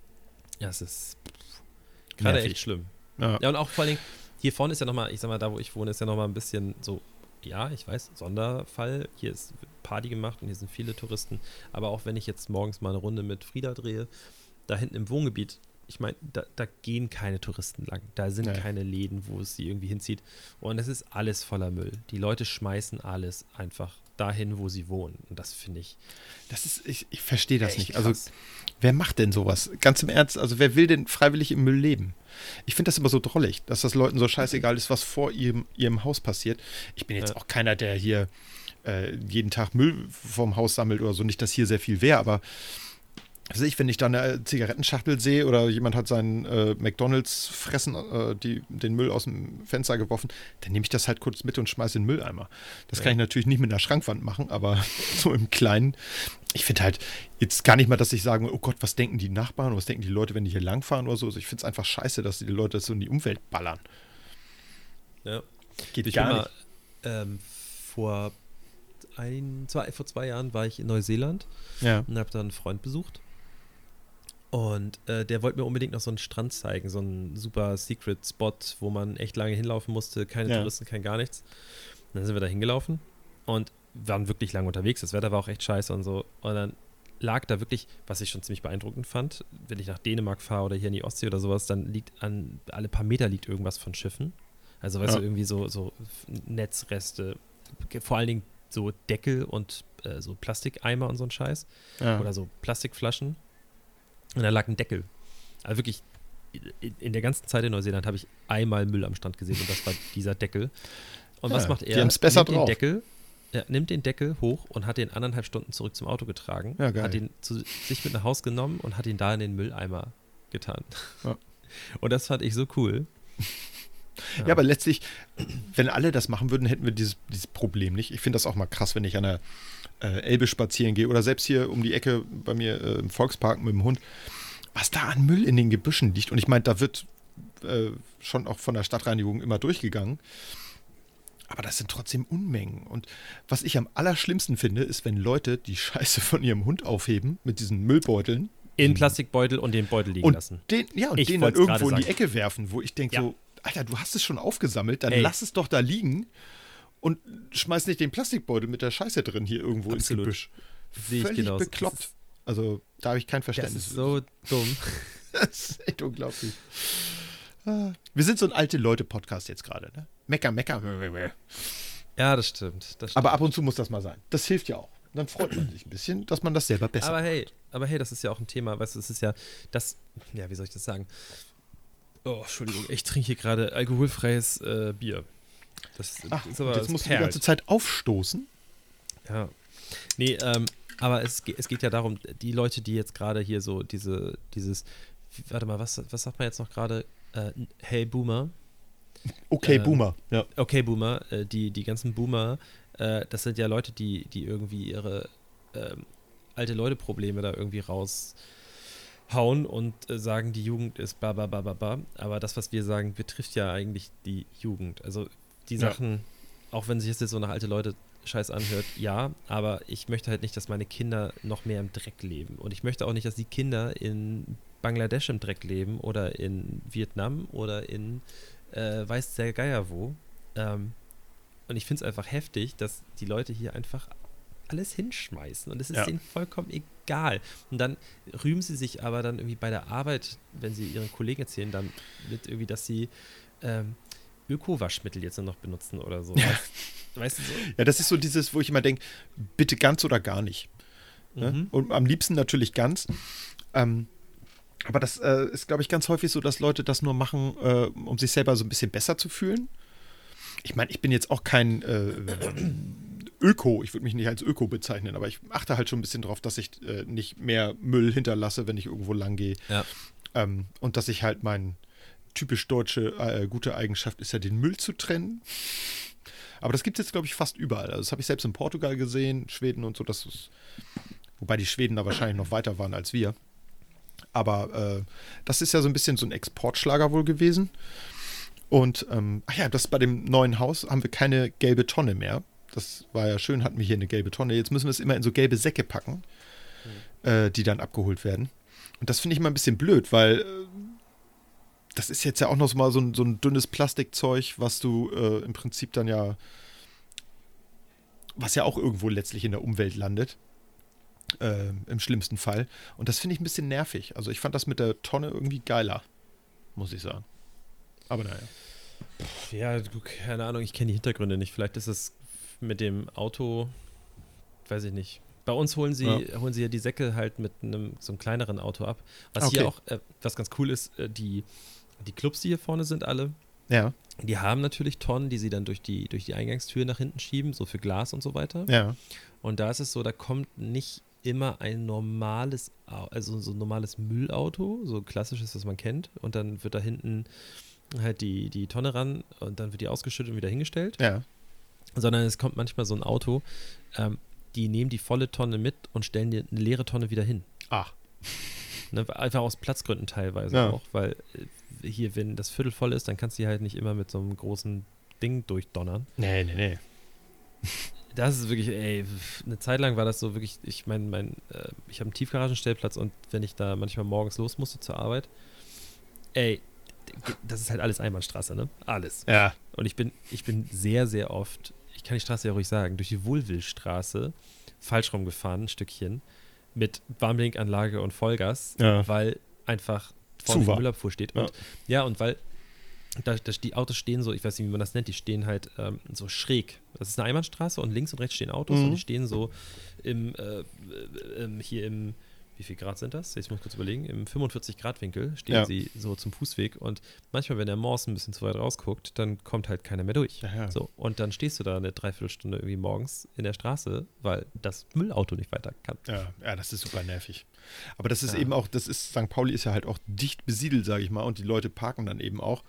Ja, es ist gerade echt schlimm. Ja, und auch vor allen Dingen, hier vorne ist ja nochmal, ich sag mal, da wo ich wohne, ist ja nochmal ein bisschen so, ja, ich weiß, Sonderfall. Hier ist Party gemacht und hier sind viele Touristen. Aber auch wenn ich jetzt morgens mal eine Runde mit Frieda drehe, da hinten im Wohngebiet, ich meine, da gehen keine Touristen lang. Da sind keine Läden, wo es sie irgendwie hinzieht. Und es ist alles voller Müll. Die Leute schmeißen alles einfach dahin, wo sie wohnen. Und das finde ich. Ich verstehe das nicht. Krass. Also, wer macht denn sowas? Ganz im Ernst, also wer will denn freiwillig im Müll leben? Ich finde das immer so drollig, dass das Leuten so scheißegal ist, was vor ihrem Haus passiert. Ich bin jetzt auch keiner, der hier jeden Tag Müll vom Haus sammelt oder so. Nicht, dass hier sehr viel wäre, aber also wenn ich da eine Zigarettenschachtel sehe oder jemand hat seinen McDonalds-Fressen, den Müll aus dem Fenster geworfen, dann nehme ich das halt kurz mit und schmeiße in den Mülleimer. Das kann ich natürlich nicht mit einer Schrankwand machen, aber so im Kleinen. Ich finde halt jetzt gar nicht mal, dass ich sage, oh Gott, was denken die Nachbarn oder was denken die Leute, wenn die hier langfahren oder so. Also ich finde es einfach scheiße, dass die Leute das so in die Umwelt ballern. Ja. Geht gar nicht. Vor 2 Jahren war ich in Neuseeland und habe da einen Freund besucht. Und der wollte mir unbedingt noch so einen Strand zeigen, so einen super Secret Spot, wo man echt lange hinlaufen musste, keine Touristen, kein gar nichts. Und dann sind wir da hingelaufen und waren wirklich lange unterwegs. Das Wetter war auch echt scheiße und so. Und dann lag da wirklich, was ich schon ziemlich beeindruckend fand, wenn ich nach Dänemark fahre oder hier in die Ostsee oder sowas, dann liegt alle paar Meter liegt irgendwas von Schiffen. Also weißt du, irgendwie so Netzreste, vor allen Dingen so Deckel und so Plastikeimer und so ein Scheiß. Oder so Plastikflaschen. Und da lag ein Deckel. Also wirklich, in der ganzen Zeit in Neuseeland habe ich einmal Müll am Strand gesehen und das war dieser Deckel. Und was macht er? Die haben es besser drauf. Nimmt den Deckel hoch und hat den 1,5 Stunden zurück zum Auto getragen, hat ihn zu sich mit nach Hause genommen und hat ihn da in den Mülleimer getan. Ja. Und das fand ich so cool. Ja, aber letztlich, wenn alle das machen würden, hätten wir dieses Problem nicht. Ich finde das auch mal krass, wenn ich an der Elbe spazieren gehe oder selbst hier um die Ecke bei mir im Volkspark mit dem Hund, was da an Müll in den Gebüschen liegt. Und ich meine, da wird schon auch von der Stadtreinigung immer durchgegangen. Aber das sind trotzdem Unmengen. Und was ich am allerschlimmsten finde, ist, wenn Leute die Scheiße von ihrem Hund aufheben mit diesen Müllbeuteln. In Plastikbeutel und den Beutel liegen lassen. Den dann irgendwo in die Ecke werfen, wo ich denke so, Alter, du hast es schon aufgesammelt, dann lass es doch da liegen und schmeiß nicht den Plastikbeutel mit der Scheiße drin hier irgendwo ins Gebüsch. Völlig bekloppt. Also da habe ich kein Verständnis. Das ist so dumm. Das ist echt unglaublich. Wir sind so ein Alte-Leute-Podcast jetzt gerade, ne? Mecker. Ja, das stimmt. Aber ab und zu muss das mal sein. Das hilft ja auch. dann freut man sich ein bisschen, dass man das selber besser macht. Aber hey, das ist ja auch ein Thema, weißt du, es ist ja das, ja, wie soll ich das sagen? Oh, Entschuldigung, ich trinke hier gerade alkoholfreies Bier. Das ist aber jetzt musst du die ganze Zeit aufstoßen. Ja. Nee, aber es geht ja darum, die Leute, die jetzt gerade hier so dieses, warte mal, was sagt man jetzt noch gerade? Hey Boomer. Okay, Boomer, ja. Okay, Boomer, die ganzen Boomer, das sind ja Leute, die irgendwie ihre alte Leute-Probleme da irgendwie raushauen und sagen, die Jugend ist ba. Aber das, was wir sagen, betrifft ja eigentlich die Jugend. Also die Sachen, auch wenn sich das jetzt so nach alte Leute Scheiß anhört, ja, aber ich möchte halt nicht, dass meine Kinder noch mehr im Dreck leben. Und ich möchte auch nicht, dass die Kinder in Bangladesch im Dreck leben oder in Vietnam oder in weiß der Geier wo. Und ich finde es einfach heftig, dass die Leute hier einfach alles hinschmeißen und es ist denen vollkommen egal. Und dann rühmen sie sich aber dann irgendwie bei der Arbeit, wenn sie ihren Kollegen erzählen, dann mit irgendwie, dass sie Öko-Waschmittel jetzt nur noch benutzen oder so. Weißt du so? Ja, das ist so dieses, wo ich immer denke, bitte ganz oder gar nicht. Ne? Und am liebsten natürlich ganz. Aber das ist, glaube ich, ganz häufig so, dass Leute das nur machen, um sich selber so ein bisschen besser zu fühlen. Ich meine, ich bin jetzt auch kein Öko, ich würde mich nicht als Öko bezeichnen, aber ich achte halt schon ein bisschen drauf, dass ich nicht mehr Müll hinterlasse, wenn ich irgendwo lang gehe. Ja. Und dass ich halt meine typisch deutsche gute Eigenschaft ist ja, den Müll zu trennen. Aber das gibt es jetzt, glaube ich, fast überall. Also das habe ich selbst in Portugal gesehen, Schweden und so. Wobei die Schweden da wahrscheinlich noch weiter waren als wir. Aber das ist ja so ein bisschen so ein Exportschlager wohl gewesen. Und das bei dem neuen Haus haben wir keine gelbe Tonne mehr. Das war ja schön, hatten wir hier eine gelbe Tonne. Jetzt müssen wir es immer in so gelbe Säcke packen, die dann abgeholt werden. Und das finde ich immer ein bisschen blöd, weil das ist jetzt ja auch noch mal so ein dünnes Plastikzeug, was du im Prinzip dann ja, was ja auch irgendwo letztlich in der Umwelt landet. Im schlimmsten Fall. Und das finde ich ein bisschen nervig. Also ich fand das mit der Tonne irgendwie geiler, muss ich sagen. Aber naja. Ja, keine Ahnung, ich kenne die Hintergründe nicht. Vielleicht ist es mit dem Auto, weiß ich nicht. Bei uns holen sie ja die Säcke halt mit so einem kleineren Auto ab. Was hier auch, was ganz cool ist, die Clubs, die hier vorne sind alle, die haben natürlich Tonnen, die sie dann durch die Eingangstür nach hinten schieben, so für Glas und so weiter. Ja. Und da ist es so, da kommt nicht immer ein normales, also so ein normales Müllauto, so klassisches, was man kennt. Und dann wird da hinten halt die Tonne ran und dann wird die ausgeschüttet und wieder hingestellt. Ja. Sondern es kommt manchmal so ein Auto, die nehmen die volle Tonne mit und stellen dir eine leere Tonne wieder hin. Ach. Ne, einfach aus Platzgründen teilweise auch, weil hier, wenn das Viertel voll ist, dann kannst du die halt nicht immer mit so einem großen Ding durchdonnern. Nee. Das ist wirklich, eine Zeit lang war das so wirklich, ich meine, ich habe einen Tiefgaragenstellplatz und wenn ich da manchmal morgens los musste zur Arbeit, das ist halt alles Einbahnstraße, ne? Alles. Ja. Und ich bin sehr, sehr oft, ich kann die Straße ja ruhig sagen, durch die Wohlwillstraße falsch rumgefahren, ein Stückchen, mit Warnblinkanlage und Vollgas, weil einfach vorne die Müllabfuhr steht. Und, und weil die Autos stehen so, ich weiß nicht, wie man das nennt, die stehen halt so schräg. Das ist eine Einbahnstraße und links und rechts stehen Autos und die stehen so hier im, wie viel Grad sind das? Ich muss kurz überlegen, im 45-Grad-Winkel stehen sie so zum Fußweg und manchmal, wenn der Morse ein bisschen zu weit rausguckt, dann kommt halt keiner mehr durch. Ja. So, und dann stehst du da eine Dreiviertelstunde irgendwie morgens in der Straße, weil das Müllauto nicht weiter kann. Ja, das ist super nervig. Aber das ist eben auch, St. Pauli ist ja halt auch dicht besiedelt, sage ich mal, und die Leute parken dann eben auch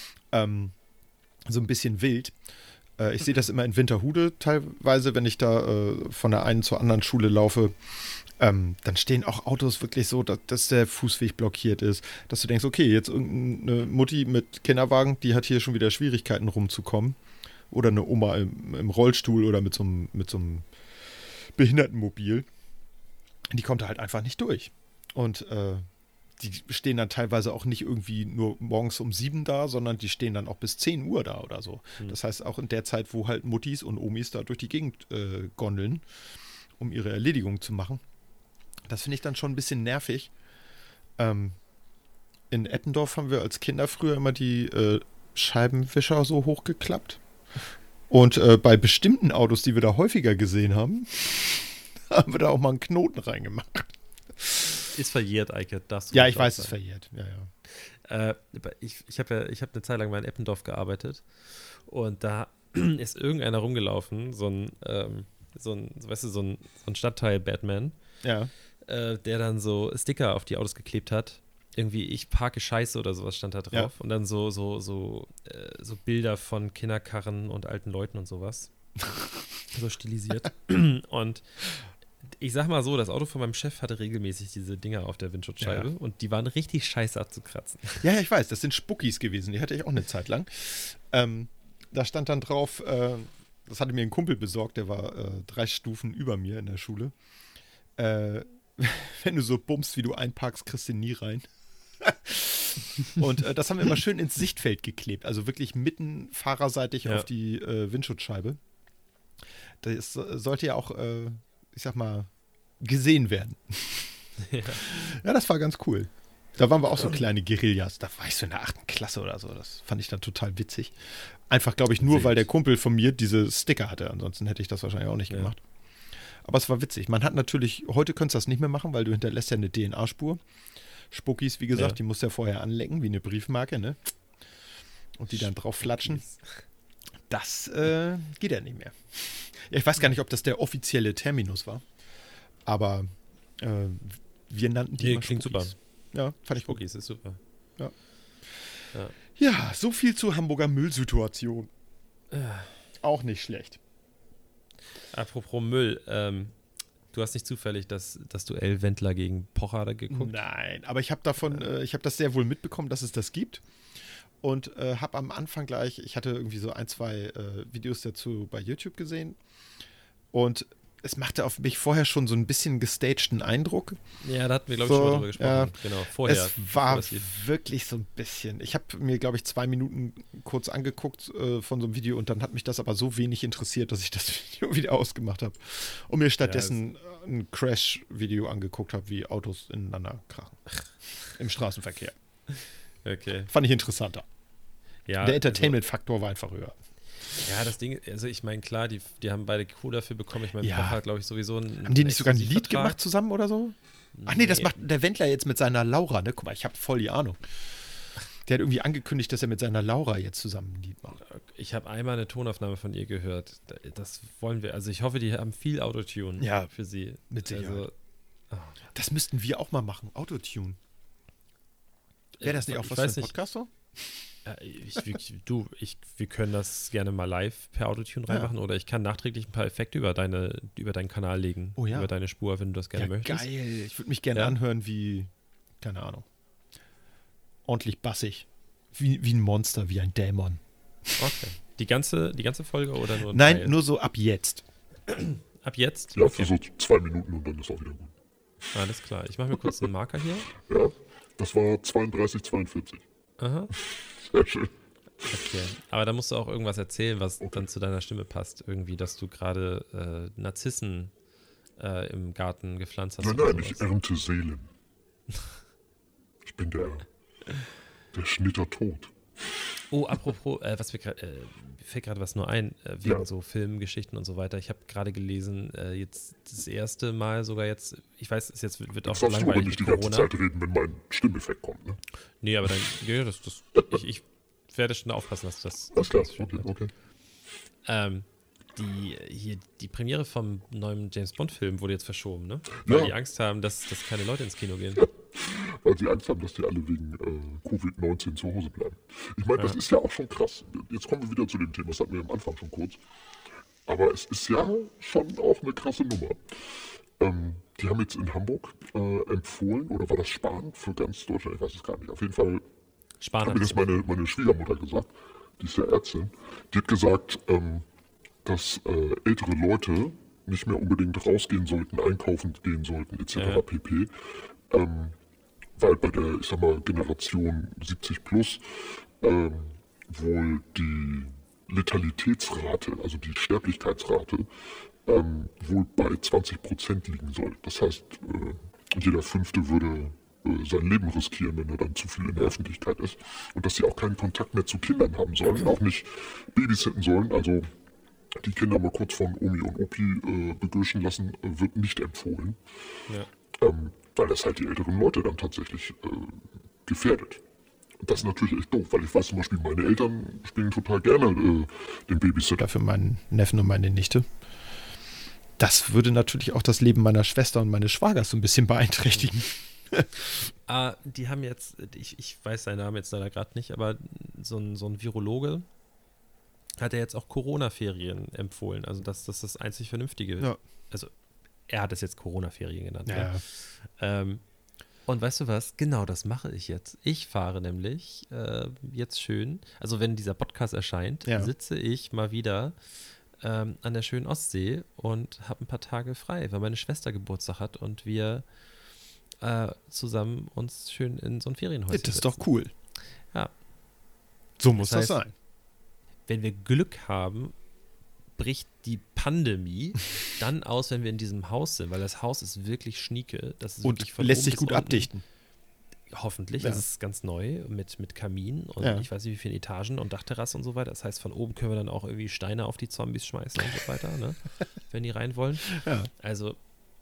so ein bisschen wild. Ich sehe das immer in Winterhude teilweise, wenn ich da von der einen zur anderen Schule laufe. Dann stehen auch Autos wirklich so, dass der Fußweg blockiert ist. Dass du denkst, okay, jetzt irgendeine Mutti mit Kinderwagen, die hat hier schon wieder Schwierigkeiten rumzukommen. Oder eine Oma im Rollstuhl oder mit so einem Behindertenmobil. Die kommt da halt einfach nicht durch. Und die stehen dann teilweise auch nicht irgendwie nur morgens um 7 da, sondern die stehen dann auch bis 10 Uhr da oder so. Das heißt, auch in der Zeit, wo halt Muttis und Omis da durch die Gegend gondeln, um ihre Erledigung zu machen. Das finde ich dann schon ein bisschen nervig. In Eppendorf haben wir als Kinder früher immer die Scheibenwischer so hochgeklappt. Und bei bestimmten Autos, die wir da häufiger gesehen haben, haben wir da auch mal einen Knoten reingemacht. Ist verjährt, Eike. Ja, ich weiß, es ist verjährt. Ja. Ich habe eine Zeit lang mal in Eppendorf gearbeitet und da ist irgendeiner rumgelaufen, so ein Stadtteil-Batman, Ja. der dann so Sticker auf die Autos geklebt hat. Irgendwie, ich parke Scheiße oder sowas stand da drauf. Ja. Und dann so Bilder von Kinderkarren und alten Leuten und sowas. So stilisiert. Und ich sag mal so, das Auto von meinem Chef hatte regelmäßig diese Dinger auf der Windschutzscheibe und die waren richtig scheiße abzukratzen. Ja, ich weiß, das sind Spuckis gewesen, die hatte ich auch eine Zeit lang. Da stand dann drauf, das hatte mir ein Kumpel besorgt, der war 3 Stufen über mir in der Schule. Wenn du so bummst, wie du einparkst, kriegst du nie rein. Und das haben wir immer schön ins Sichtfeld geklebt, also wirklich mitten fahrerseitig auf die Windschutzscheibe. Das sollte ja auch, ich sag mal, gesehen werden. Ja, das war ganz cool. Da waren wir auch so kleine Guerillas. Da war ich so in der 8. Klasse oder so. Das fand ich dann total witzig. Einfach, glaube ich, nur, weil der Kumpel von mir diese Sticker hatte. Ansonsten hätte ich das wahrscheinlich auch nicht gemacht. Aber es war witzig. Man hat natürlich, heute könntest du das nicht mehr machen, weil du hinterlässt ja eine DNA-Spur. Spuckis, wie gesagt, die musst du ja vorher anlecken, wie eine Briefmarke, ne? Und die dann drauf flatschen. Das geht ja nicht mehr. Ja, ich weiß gar nicht, ob das der offizielle Terminus war. Aber wir nannten die immer klingt Spuckis. super. Ja, fand ich gut. Spuckis ist super. Ja, so viel zur Hamburger Müllsituation. Auch nicht schlecht. Apropos Müll, du hast nicht zufällig das Duell Wendler gegen Pocher geguckt? Nein, aber ich habe ich habe das sehr wohl mitbekommen, dass es das gibt. Und habe am Anfang gleich, ich hatte irgendwie so 1, 2 Videos dazu bei YouTube gesehen. Und es machte auf mich vorher schon so ein bisschen gestagten Eindruck. Ja, da hatten wir, glaube ich, schon mal drüber gesprochen. Ja, genau, vorher. Es war wirklich so ein bisschen. Ich habe mir, glaube ich, 2 Minuten kurz angeguckt von so einem Video und dann hat mich das aber so wenig interessiert, dass ich das Video wieder ausgemacht habe und mir stattdessen ein Crash-Video angeguckt habe, wie Autos ineinander krachen. Im Straßenverkehr. Okay. Fand ich interessanter. Ja, der Entertainment-Faktor war einfach höher. Ja, das Ding, also ich meine, klar, die haben beide Kohle dafür bekommen. Ich meine, Ja. Pocher hat, glaube ich, sowieso Haben die nicht sogar ein Lied Exklusivvertrag gemacht zusammen oder so? Ach nee, das macht der Wendler jetzt mit seiner Laura, ne? Guck mal, ich habe voll die Ahnung. Der hat irgendwie angekündigt, dass er mit seiner Laura jetzt zusammen ein Lied macht. Ich habe einmal eine Tonaufnahme von ihr gehört. Das wollen wir, also ich hoffe, die haben viel Autotune für sie. Mit Sicherheit. Also, Das müssten wir auch mal machen, Autotune. Wäre das nicht auch was für ein Podcast so? Wir können das gerne mal live per Autotune reinmachen oder ich kann nachträglich ein paar Effekte über deinen Kanal legen. Oh ja. Über deine Spur, wenn du das gerne möchtest. Geil. Ich würde mich gerne anhören wie, keine Ahnung, ordentlich bassig. Wie ein Monster, wie ein Dämon. Okay. Die ganze Folge oder nur ein Nein, Teil? nur so ab jetzt. Ab jetzt? Ja, für so 2 Minuten und dann ist auch wieder gut. Alles klar. Ich mache mir kurz einen Marker hier. Ja, das war 32,42. Aha. Sehr schön. Okay. Aber da musst du auch irgendwas erzählen, was dann zu deiner Stimme passt. Irgendwie, dass du gerade Narzissen im Garten gepflanzt hast. Nein, ich ernte Seelen. Ich bin der Schnitter tot. Oh, apropos, mir fällt gerade was nur ein, wegen so Filmgeschichten und so weiter. Ich habe gerade gelesen, jetzt das erste Mal sogar jetzt, ich weiß, es jetzt wird auch langweilig. Darfst du aber nicht die ganze Corona. Zeit reden, wenn mein Stimmeffekt kommt, ne? Nee, aber dann, ich werde schon aufpassen, dass das. Alles klar, das okay. Die Premiere vom neuen James-Bond-Film wurde jetzt verschoben, ne? Weil die Angst haben, dass keine Leute ins Kino gehen. Weil sie Angst haben, dass die alle wegen Covid-19 zu Hause bleiben. Ich meine, das ist ja auch schon krass. Jetzt kommen wir wieder zu dem Thema, das hatten wir am Anfang schon kurz. Aber es ist ja schon auch eine krasse Nummer. Die haben jetzt in Hamburg empfohlen, oder war das Spahn für ganz Deutschland? Ich weiß es gar nicht. Auf jeden Fall hat mir das meine Schwiegermutter gesagt. Die ist ja Ärztin. Die hat gesagt, dass ältere Leute nicht mehr unbedingt rausgehen sollten, einkaufen gehen sollten, etc. pp. Weil bei der, ich sag mal, Generation 70 plus wohl die Letalitätsrate, also die Sterblichkeitsrate, wohl bei 20% liegen soll. Das heißt, jeder Fünfte würde sein Leben riskieren, wenn er dann zu viel in der Öffentlichkeit ist. Und dass sie auch keinen Kontakt mehr zu Kindern haben sollen, auch nicht babysitten sollen, also die Kinder mal kurz von Omi und Opi begürschen lassen, wird nicht empfohlen. Ja. Weil das halt die älteren Leute dann tatsächlich gefährdet. Und das ist natürlich echt doof, weil ich weiß zum Beispiel, meine Eltern spielen total gerne den Babysitter. Dafür meinen Neffen und meine Nichte. Das würde natürlich auch das Leben meiner Schwester und meines Schwagers so ein bisschen beeinträchtigen. Die haben jetzt, ich weiß seinen Namen jetzt leider gerade nicht, aber so ein Virologe hat ja jetzt auch Corona-Ferien empfohlen. Also das ist das einzig Vernünftige. Ja. Also er hat es jetzt Corona-Ferien genannt. Ja. Ne? Und weißt du was? Genau das mache ich jetzt. Ich fahre nämlich jetzt schön, also wenn dieser Podcast erscheint, sitze ich mal wieder an der schönen Ostsee und habe ein paar Tage frei, weil meine Schwester Geburtstag hat und wir zusammen uns schön in so ein Ferienhäuschen Das ist setzen. doch cool. Ja. So muss Das heißt, das sein. Wenn wir Glück haben, bricht die Pandemie dann aus, wenn wir in diesem Haus sind, weil das Haus ist wirklich schnieke. Das ist Und wirklich von lässt oben sich bis gut unten. abdichten. Hoffentlich. Ja. Das ist ganz neu mit Kamin und ich weiß nicht wie viele Etagen und Dachterrasse und so weiter. Das heißt, von oben können wir dann auch irgendwie Steine auf die Zombies schmeißen und so weiter, ne? Wenn die rein wollen. Ja. Also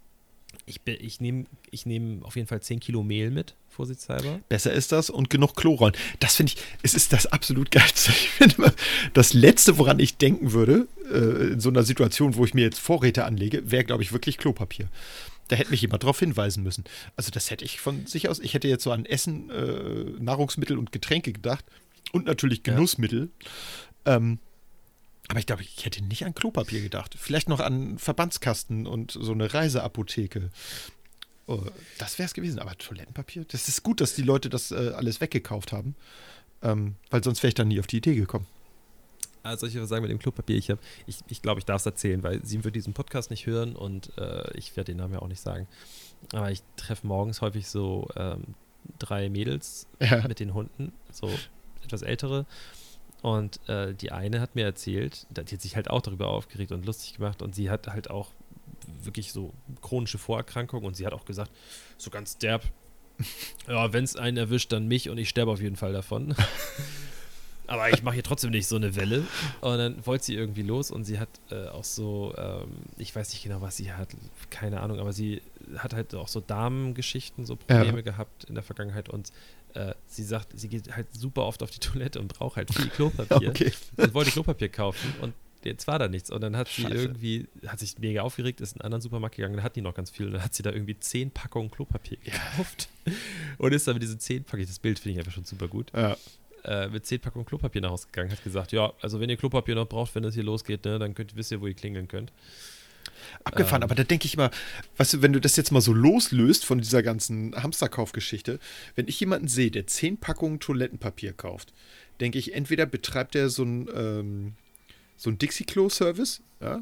ich nehm auf jeden Fall 10 Kilo Mehl mit, vorsichtshalber. Besser ist das und genug Klorollen. Das finde ich, es ist das absolut Geilste. Ich finde immer, das Letzte, woran ich denken würde, in so einer Situation, wo ich mir jetzt Vorräte anlege, wäre, glaube ich, wirklich Klopapier. Da hätte mich jemand darauf hinweisen müssen. Also das hätte ich von sich aus, ich hätte jetzt so an Essen, Nahrungsmittel und Getränke gedacht und natürlich Genussmittel. Aber ich glaube, ich hätte nicht an Klopapier gedacht. Vielleicht noch an Verbandskasten und so eine Reiseapotheke. Oh, das wäre es gewesen. Aber Toilettenpapier? Das ist gut, dass die Leute das alles weggekauft haben. Weil sonst wäre ich dann nie auf die Idee gekommen. Also ich würde sagen, mit dem Klopapier, ich glaube, ich darf es erzählen, weil sie wird diesen Podcast nicht hören und ich werde den Namen ja auch nicht sagen. Aber ich treffe morgens häufig so 3 Mädels mit den Hunden, so etwas ältere. Und die eine hat mir erzählt, die hat sich halt auch darüber aufgeregt und lustig gemacht und sie hat halt auch wirklich so chronische Vorerkrankungen und sie hat auch gesagt, so ganz derb, ja, wenn es einen erwischt, dann mich und ich sterbe auf jeden Fall davon. Aber ich mache hier trotzdem nicht so eine Welle. Und dann wollte sie irgendwie los und sie hat auch so, ich weiß nicht genau, was sie hat, keine Ahnung, aber sie hat halt auch so Darmgeschichten, so Probleme gehabt in der Vergangenheit und sie sagt, sie geht halt super oft auf die Toilette und braucht halt viel Klopapier und wollte Klopapier kaufen und jetzt war da nichts. Und dann hat sie hat sich mega aufgeregt, ist in einen anderen Supermarkt gegangen, dann hat die noch ganz viel und dann hat sie da irgendwie 10 Packungen Klopapier gekauft und ist dann mit diesen 10 Packungen, das Bild finde ich einfach schon super gut, mit 10 Packungen Klopapier nach Hause gegangen, hat gesagt, ja, also wenn ihr Klopapier noch braucht, wenn das hier losgeht, ne, dann wisst ihr, wo ihr klingeln könnt. Abgefahren, aber da denke ich immer, weißt du, wenn du das jetzt mal so loslöst von dieser ganzen Hamsterkaufgeschichte, wenn ich jemanden sehe, der 10 Packungen Toilettenpapier kauft, denke ich, entweder betreibt er so ein Dixie-Klo-Service, ja,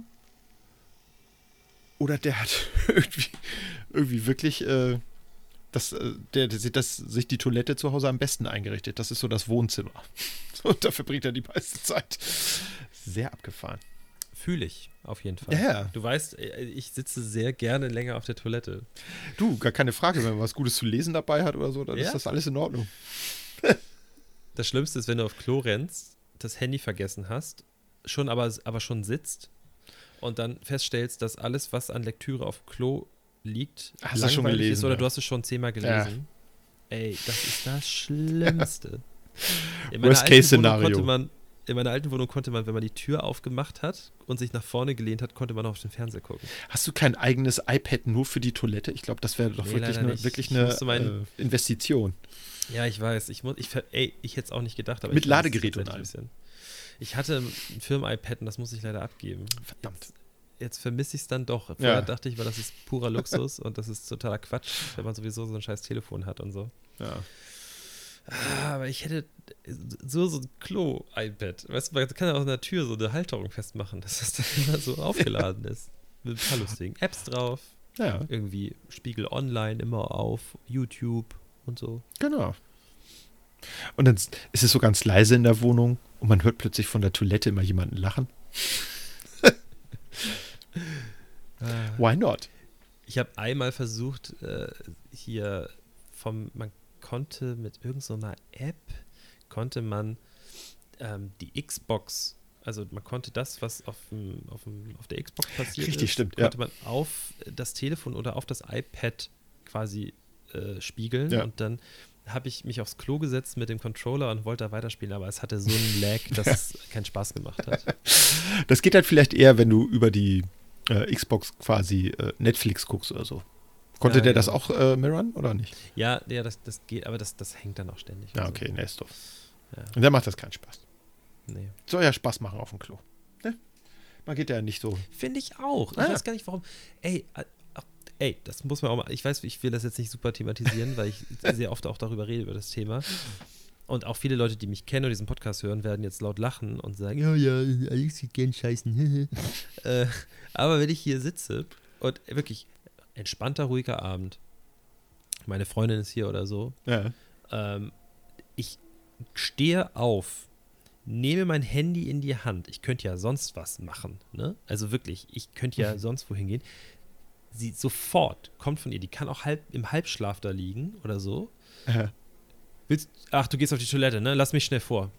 oder der hat irgendwie wirklich sich die Toilette zu Hause am besten eingerichtet. Das ist so das Wohnzimmer. Und da verbringt er die meiste Zeit. Sehr abgefahren. Fühle ich, auf jeden Fall. Ja. Du weißt, ich sitze sehr gerne länger auf der Toilette. Du, gar keine Frage, wenn man was Gutes zu lesen dabei hat oder so, dann ist das alles in Ordnung. Das Schlimmste ist, wenn du auf Klo rennst, das Handy vergessen hast, aber schon sitzt und dann feststellst, dass alles, was an Lektüre auf Klo liegt, hast du schon gelesen, ist oder du hast es schon 10-mal gelesen. Ja. Ey, das ist das Schlimmste. Worst-Case-Szenario. In meiner alten Wohnung konnte man, wenn man die Tür aufgemacht hat und sich nach vorne gelehnt hat, konnte man auf den Fernseher gucken. Hast du kein eigenes iPad nur für die Toilette? Ich glaube, das wäre doch wirklich eine Investition. Ja, ich weiß. Ich hätte es auch nicht gedacht. Aber mit Ladegerät und allem. Ich hatte ein Firmen-iPad und das muss ich leider abgeben. Verdammt. Jetzt vermisse ich es dann doch. Vorher dachte ich, das ist purer Luxus und das ist totaler Quatsch, wenn man sowieso so ein scheiß Telefon hat und so. Ja. Aber ich hätte so ein Klo-iPad. Weißt du, man kann ja auch an der Tür so eine Halterung festmachen, dass das dann immer so aufgeladen ist. Mit ein paar lustigen Apps drauf. Ja. Irgendwie Spiegel Online immer auf, YouTube und so. Genau. Und dann ist es so ganz leise in der Wohnung und man hört plötzlich von der Toilette immer jemanden lachen. Why not? Ich habe einmal versucht, man konnte mit irgendeiner App, die Xbox Also man konnte das, was auf der Xbox passiert Richtig, ist, stimmt, konnte man auf das Telefon oder auf das iPad quasi spiegeln. Ja. Und dann habe ich mich aufs Klo gesetzt mit dem Controller und wollte da weiterspielen, aber es hatte so einen Lag, dass es keinen Spaß gemacht hat. Das geht halt vielleicht eher, wenn du über die Xbox quasi Netflix guckst oder so. Konnte Ja, der das genau. auch mirrorn oder nicht? Ja, das geht, aber das hängt dann auch ständig. Ja, Also, okay, ne, ist doof. Ja. Und dann macht das keinen Spaß. Nee. Soll ja Spaß machen auf dem Klo. Ne? Man geht ja nicht so. Finde ich auch. Ich Ah. weiß gar nicht, warum. Ey, das muss man auch mal. Ich weiß, ich will das jetzt nicht super thematisieren, weil ich sehr oft auch darüber rede, über das Thema. Und auch viele Leute, die mich kennen und diesen Podcast hören, werden jetzt laut lachen und sagen: Ja, Alex sieht gern scheißen. Aber wenn ich hier sitze und wirklich entspannter, ruhiger Abend, meine Freundin ist hier oder so, Ja. ich stehe auf, nehme mein Handy in die Hand. Ich könnte ja sonst was machen, ne? Also wirklich, ich könnte ja sonst wohin gehen. Sie sofort kommt von ihr, die kann auch im Halbschlaf da liegen oder so. Ja. Ach, du gehst auf die Toilette, ne? Lass mich schnell vor.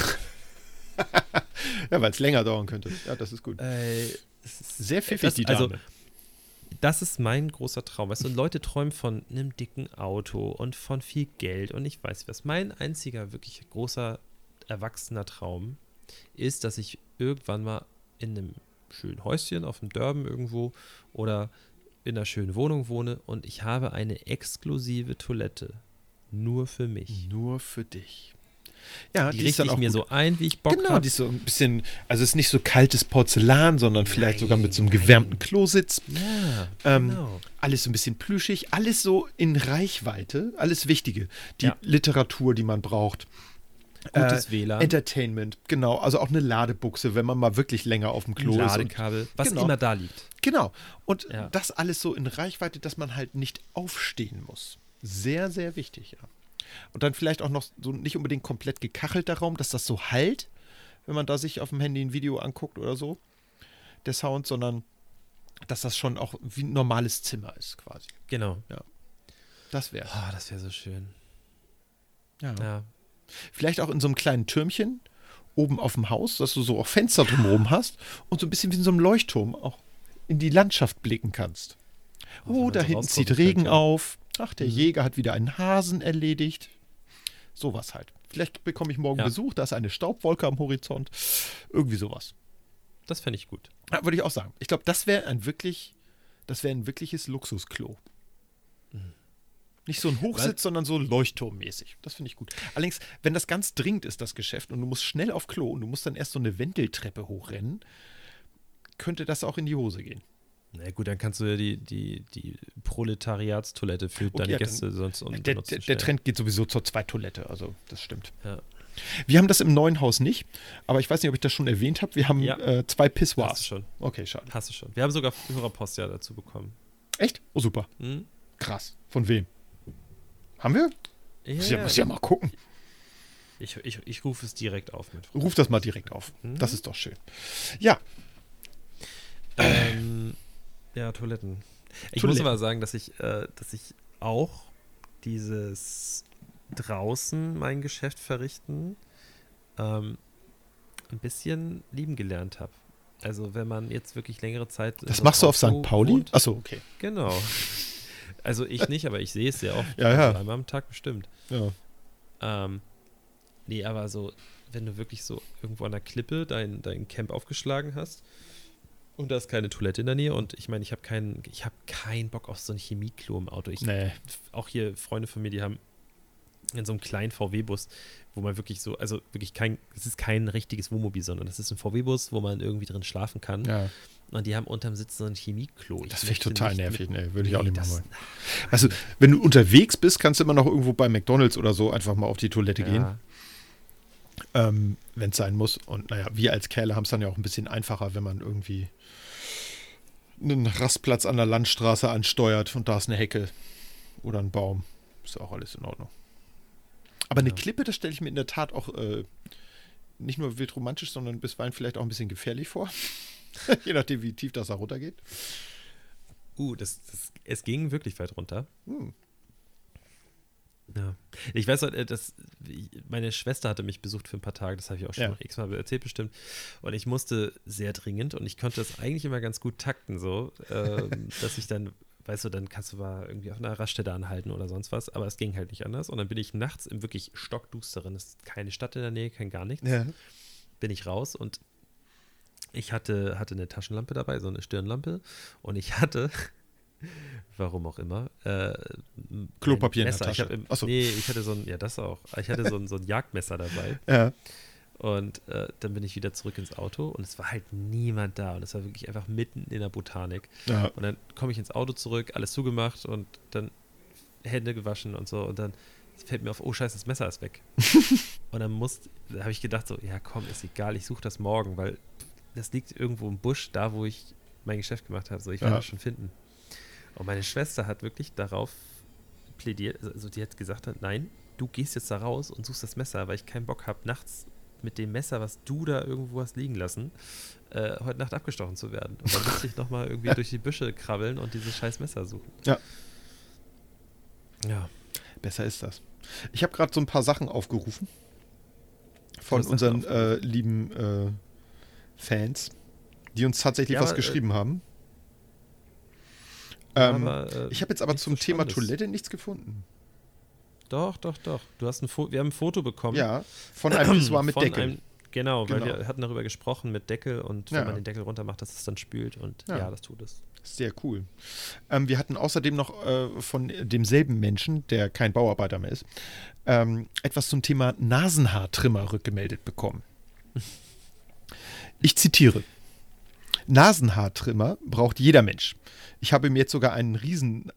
Ja, weil es länger dauern könnte. Ja, das ist gut. Sehr pfiffig, die Dame. Also, das ist mein großer Traum. Weißt du, und Leute träumen von einem dicken Auto und von viel Geld und ich weiß nicht was. Mein einziger wirklich großer erwachsener Traum ist, dass ich irgendwann mal in einem schönen Häuschen auf dem Dörben irgendwo oder in einer schönen Wohnung wohne und ich habe eine exklusive Toilette. Nur für mich. Nur für dich. Ja, Die ist richte dann ich auch mir gut. so ein, wie ich Bock Genau, habe. die ist so ein bisschen, also es ist nicht so kaltes Porzellan, sondern vielleicht sogar mit so einem Nein. gewärmten Klositz. Ja, Genau. Alles so ein bisschen plüschig, alles so in Reichweite, alles Wichtige. Die Ja. Literatur, die man braucht. Gutes WLAN. Entertainment, genau. Also auch eine Ladebuchse, wenn man mal wirklich länger auf dem Klo ist. Und, Ladekabel, was Genau. immer da liegt. genau. Und Ja. das alles so in Reichweite, dass man halt nicht aufstehen muss. Sehr, sehr wichtig, ja. Und dann vielleicht auch noch so nicht unbedingt komplett gekachelter Raum, dass das so halt, wenn man da sich auf dem Handy ein Video anguckt oder so, der Sound, sondern dass das schon auch wie ein normales Zimmer ist quasi. Genau. Das wäre Oh, das wäre so schön. ja. Ja. Vielleicht auch in so einem kleinen Türmchen oben auf dem Haus, dass du so auch Fenster drumherum hast und so ein bisschen wie in so einem Leuchtturm auch in die Landschaft blicken kannst. wenn Oh, man da so hinten rausgucken zieht Regen könnte. auf. Ach, der Mhm. Jäger hat wieder einen Hasen erledigt. Sowas halt. Vielleicht bekomme ich morgen Ja. Besuch, da ist eine Staubwolke am Horizont. Irgendwie sowas. Das fände ich gut. Ja, würde ich auch sagen. Ich glaube, das wäre ein wirkliches Luxusklo. Nicht so ein Hochsitz, sondern so leuchtturmmäßig. Das finde ich gut. Allerdings, wenn das ganz dringend ist, das Geschäft, und du musst schnell auf Klo und du musst dann erst so eine Wendeltreppe hochrennen, könnte das auch in die Hose gehen. Na gut, dann kannst du ja die Proletariatstoilette für Okay, deine ja, Gäste sonst Der benutzen. Trend geht sowieso zur Zweitoilette, also das stimmt. Ja. Wir haben das im neuen Haus nicht, aber ich weiß nicht, ob ich das schon erwähnt habe. Wir haben Ja. 2 Hast du Pissoirs. schon. Okay, schade. Hast du schon. Wir haben sogar Hörerpost ja dazu bekommen. Echt? Oh, super. Hm? Krass. Von wem? Haben wir? Muss ja mal gucken. Ich rufe es direkt auf mit. Ruf das mal direkt auf. Hm? Das ist doch schön. Ja, Ja, Toiletten. Ich Toiletten. muss aber sagen, dass ich auch dieses draußen mein Geschäft verrichten ein bisschen lieben gelernt habe. Also wenn man jetzt wirklich längere Zeit in das so machst du einem auf Auto St. Pauli? wohnt. Achso, okay. Genau. Also ich nicht, aber ich sehe es sehr oft. Ja, ja. Also einmal am Tag bestimmt. Ja. Nee, aber so, wenn du wirklich so irgendwo an der Klippe dein Camp aufgeschlagen hast und da ist keine Toilette in der Nähe und ich meine, ich habe keinen Bock auf so ein Chemieklo im Auto. Nee. Auch hier Freunde von mir, die haben in so einem kleinen VW-Bus, wo man wirklich so, also wirklich es ist kein richtiges Wohnmobil, sondern das ist ein VW-Bus, wo man irgendwie drin schlafen kann. Ja. Und die haben unterm Sitz so ein Chemieklo. Das finde ich möchte total nicht nervig. mit- Nee, würde ich auch nicht das- machen wollen. Also, wenn du unterwegs bist, kannst du immer noch irgendwo bei McDonalds oder so einfach mal auf die Toilette gehen, Ja, wenn es sein muss. Und naja, wir als Kerle haben es dann ja auch ein bisschen einfacher, wenn man irgendwie einen Rastplatz an der Landstraße ansteuert und da ist eine Hecke oder ein Baum. Ist auch alles in Ordnung. Aber eine Ja. Klippe, das stelle ich mir in der Tat auch nicht nur wild romantisch, sondern bisweilen vielleicht auch ein bisschen gefährlich vor. Je nachdem, wie tief das da runtergeht. es ging wirklich weit runter. Hm. Ja. Ich weiß, meine Schwester hatte mich besucht für ein paar Tage, das habe ich auch schon x-mal erzählt bestimmt. Und ich musste sehr dringend und ich konnte das eigentlich immer ganz gut takten, so, dass ich dann, weißt du, dann kannst du mal irgendwie auf einer Raststätte anhalten oder sonst was, aber es ging halt nicht anders. Und dann bin ich nachts im wirklich stockdusteren, es ist keine Stadt in der Nähe, kein gar nichts, bin ich raus und ich hatte eine Taschenlampe dabei, so eine Stirnlampe und ich hatte warum auch immer. Klopapier in der Tasche. Nee, ich hatte das auch. Ich hatte so ein Jagdmesser dabei. Ja. Und dann bin ich wieder zurück ins Auto und es war halt niemand da. Und es war wirklich einfach mitten in der Botanik. Ja. Und dann komme ich ins Auto zurück, alles zugemacht und dann Hände gewaschen und so. Und dann fällt mir auf, oh scheiße, das Messer ist weg. Und dann habe ich gedacht so, ja komm, ist egal, ich suche das morgen, weil das liegt irgendwo im Busch, da wo ich mein Geschäft gemacht habe. So, ich werde das schon finden. Und meine Schwester hat wirklich darauf plädiert, also die hat gesagt, nein, du gehst jetzt da raus und suchst das Messer, weil ich keinen Bock habe, nachts mit dem Messer, was du da irgendwo hast liegen lassen, heute Nacht abgestochen zu werden. Und dann musste ich nochmal irgendwie durch die Büsche krabbeln und dieses scheiß Messer suchen. Ja. Ja. Besser ist das. Ich habe gerade so ein paar Sachen aufgerufen von unseren lieben Fans, die uns tatsächlich was geschrieben haben. Ich habe jetzt aber zum Thema Toilette nichts gefunden. Doch. Wir haben ein Foto bekommen. Ja, von einem Pissoir mit Deckel. Genau, weil wir hatten darüber gesprochen mit Deckel und wenn man den Deckel runter macht, dass es dann spült und das tut es. Sehr cool. Wir hatten außerdem noch von demselben Menschen, der kein Bauarbeiter mehr ist, etwas zum Thema Nasenhaartrimmer rückgemeldet bekommen. Ich zitiere. Nasenhaartrimmer braucht jeder Mensch. Ich habe mir jetzt sogar einen riesen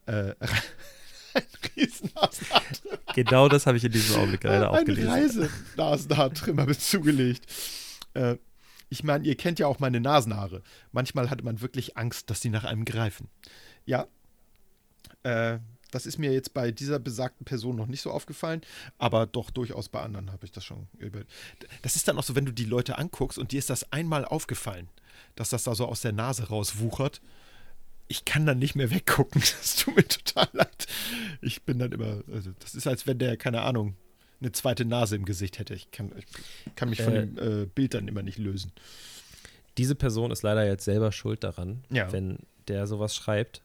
Nasenhaartrimmer. Genau das habe ich in diesem Augenblick leider auch gelesen. Einen Nasenhaartrimmer zugelegt. Ich meine, ihr kennt ja auch meine Nasenhaare. Manchmal hatte man wirklich Angst, dass sie nach einem greifen. Ja, das ist mir jetzt bei dieser besagten Person noch nicht so aufgefallen, aber doch durchaus bei anderen habe ich das schon über. Das ist dann auch so, wenn du die Leute anguckst und dir ist das einmal aufgefallen, dass das da so aus der Nase rauswuchert. Ich kann dann nicht mehr weggucken. Das tut mir total leid. Ich bin dann immer, also das ist, als wenn der, keine Ahnung, eine zweite Nase im Gesicht hätte. Ich kann mich von dem Bild dann immer nicht lösen. Diese Person ist leider jetzt selber schuld daran, wenn der sowas schreibt,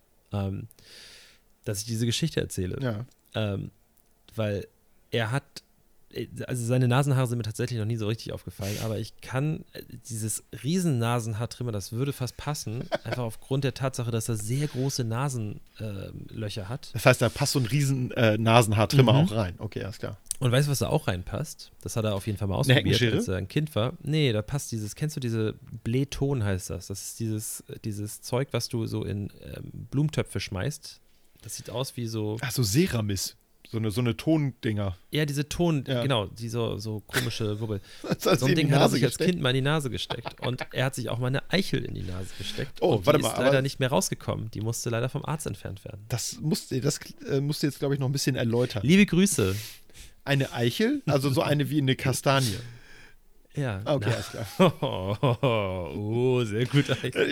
dass ich diese Geschichte erzähle. Ja. Weil er hat, also seine Nasenhaare sind mir tatsächlich noch nie so richtig aufgefallen, aber ich kann dieses Riesen-Nasenhaartrimmer, das würde fast passen, einfach aufgrund der Tatsache, dass er sehr große Nasenlöcher hat. Das heißt, da passt so ein riesen Nasenhaartrimmer auch rein. Okay, alles klar. Und weißt du, was da auch reinpasst? Das hat er auf jeden Fall mal ausprobiert, als er ein Kind war. Nee, da passt kennst du diese Blähton heißt das? Das ist dieses Zeug, was du so in Blumentöpfe schmeißt. Das sieht aus wie so... Ach, so Ceramis. So eine Tondinger. Ja, diese genau, die so komische Wubbel. So ein Ding hat er sich als Kind mal in die Nase gesteckt. Und er hat sich auch mal eine Eichel in die Nase gesteckt. Oh, und die ist leider nicht mehr rausgekommen. Die musste leider vom Arzt entfernt werden. Das musst du jetzt, glaube ich, noch ein bisschen erläutern. Liebe Grüße. Eine Eichel? Also so eine wie eine Kastanie. Ja. Okay, alles klar. Oh, sehr gut.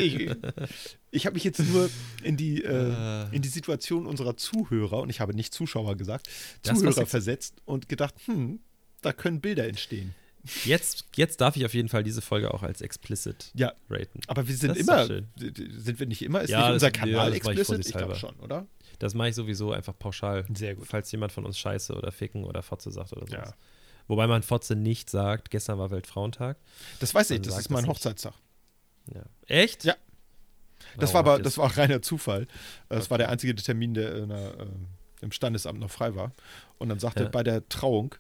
Ich habe mich jetzt nur in die Situation unserer Zuhörer, und ich habe nicht Zuschauer gesagt, Zuhörer versetzt und gedacht, da können Bilder entstehen. Jetzt darf ich auf jeden Fall diese Folge auch als explicit raten. Aber wir sind wir nicht immer? Ist nicht unser Kanal explicit? Ich glaube schon, oder? Das mache ich sowieso einfach pauschal. Sehr gut. Falls jemand von uns Scheiße oder Ficken oder Fotze sagt oder so. Ja. Wobei man Fotze nicht sagt, gestern war Weltfrauentag. Das weiß ich, das ist mein Hochzeitstag. Ja. Echt? Ja. Das war auch reiner Zufall. Das war der einzige Termin, der im Standesamt noch frei war. Und dann sagte bei der Trauung